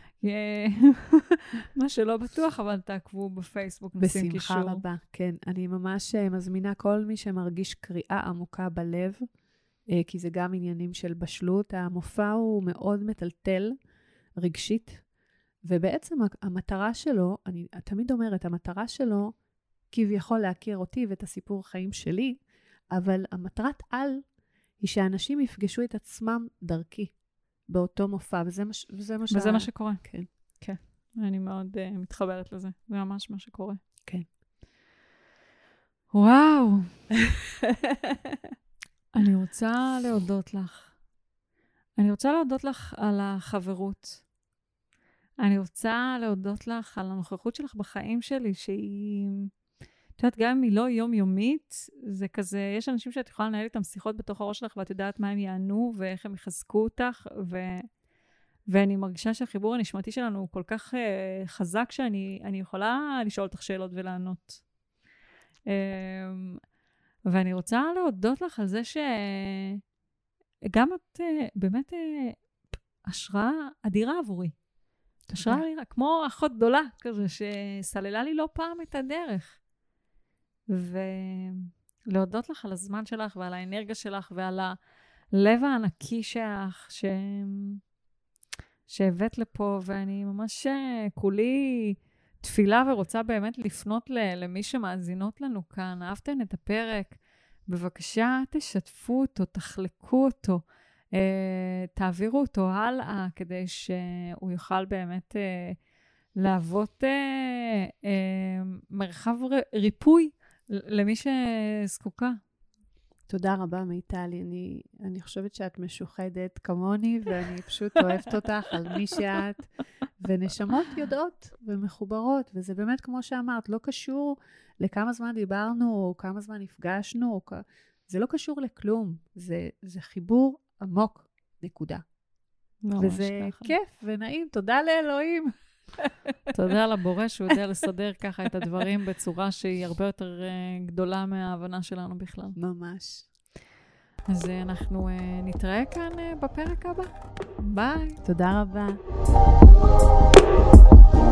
מה שלא בטוח, אבל תעקבו בפייסבוק, נשים קישור. בשמחה רבה, כן. אני ממש מזמינה כל מי שמרגיש קריאה עמוקה בלב, כי זה גם עניינים של בשלות. המופע הוא מאוד מטלטל, רגשית, ובעצם המטרה שלו, אני תמיד אומרת, המטרה שלו כביכול להכיר אותי ואת הסיפור החיים שלי, אבל המטרת על היא שאנשים יפגשו את עצמם דרכי באותו מופע, וזה מה, וזה מה, וזה ש... מה שקורה. כן. כן. אני מאוד uh, מתחברת לזה. זה ממש מה שקורה. כן. וואו. אני רוצה להודות לך. אני רוצה להודות לך על החברות. אני רוצה להודות לך על הנוכחות שלך בחיים שלי, שהיא, את יודעת, גם אם היא לא יומיומית, זה כזה, יש אנשים שאת יכולה לנהל איתם שיחות בתוך הראש שלך, ואת יודעת מה הם יענו, ואיך הם יחזקו אותך, ו... ואני מרגישה שהחיבור הנשמתי שלנו הוא כל כך uh, חזק, שאני אני יכולה לשאול אותך שאלות ולענות. Um, ואני רוצה להודות לך על זה שגם את uh, באמת uh, השראה אדירה עבורי. השראה אדירה, כמו אחות גדולה כזה, שסללה לי לא פעם את הדרך. ולהודות לך על הזמן שלך ועל האנרגיה שלך ועל הלב הענקי שלך ש... שהבאת לפה, ואני ממש כולי תפילה ורוצה באמת לפנות למי שמאזינות לנו כאן. אהבתן את הפרק? בבקשה תשתפו אותו, תחלקו אותו, תעבירו אותו הלאה, כדי שהוא יוכל באמת להוות מרחב ריפוי למי שזקוקה. תודה רבה, מיטלי. אני, אני חושבת שאת משוחדת כמוני, ואני פשוט אוהבת אותך על מי שאת. ונשמות יודעות ומחוברות, וזה באמת כמו שאמרת, לא קשור לכמה זמן דיברנו, או כמה זמן נפגשנו, או... זה לא קשור לכלום. זה, זה חיבור עמוק, נקודה. וזה ככה. כיף ונעים. תודה לאלוהים. תודה לבורא שהוא יודע לסדר ככה את הדברים בצורה שהיא הרבה יותר uh, גדולה מההבנה שלנו בכלל. ממש. אז uh, אנחנו uh, נתראה כאן uh, בפרק הבא. ביי. תודה רבה.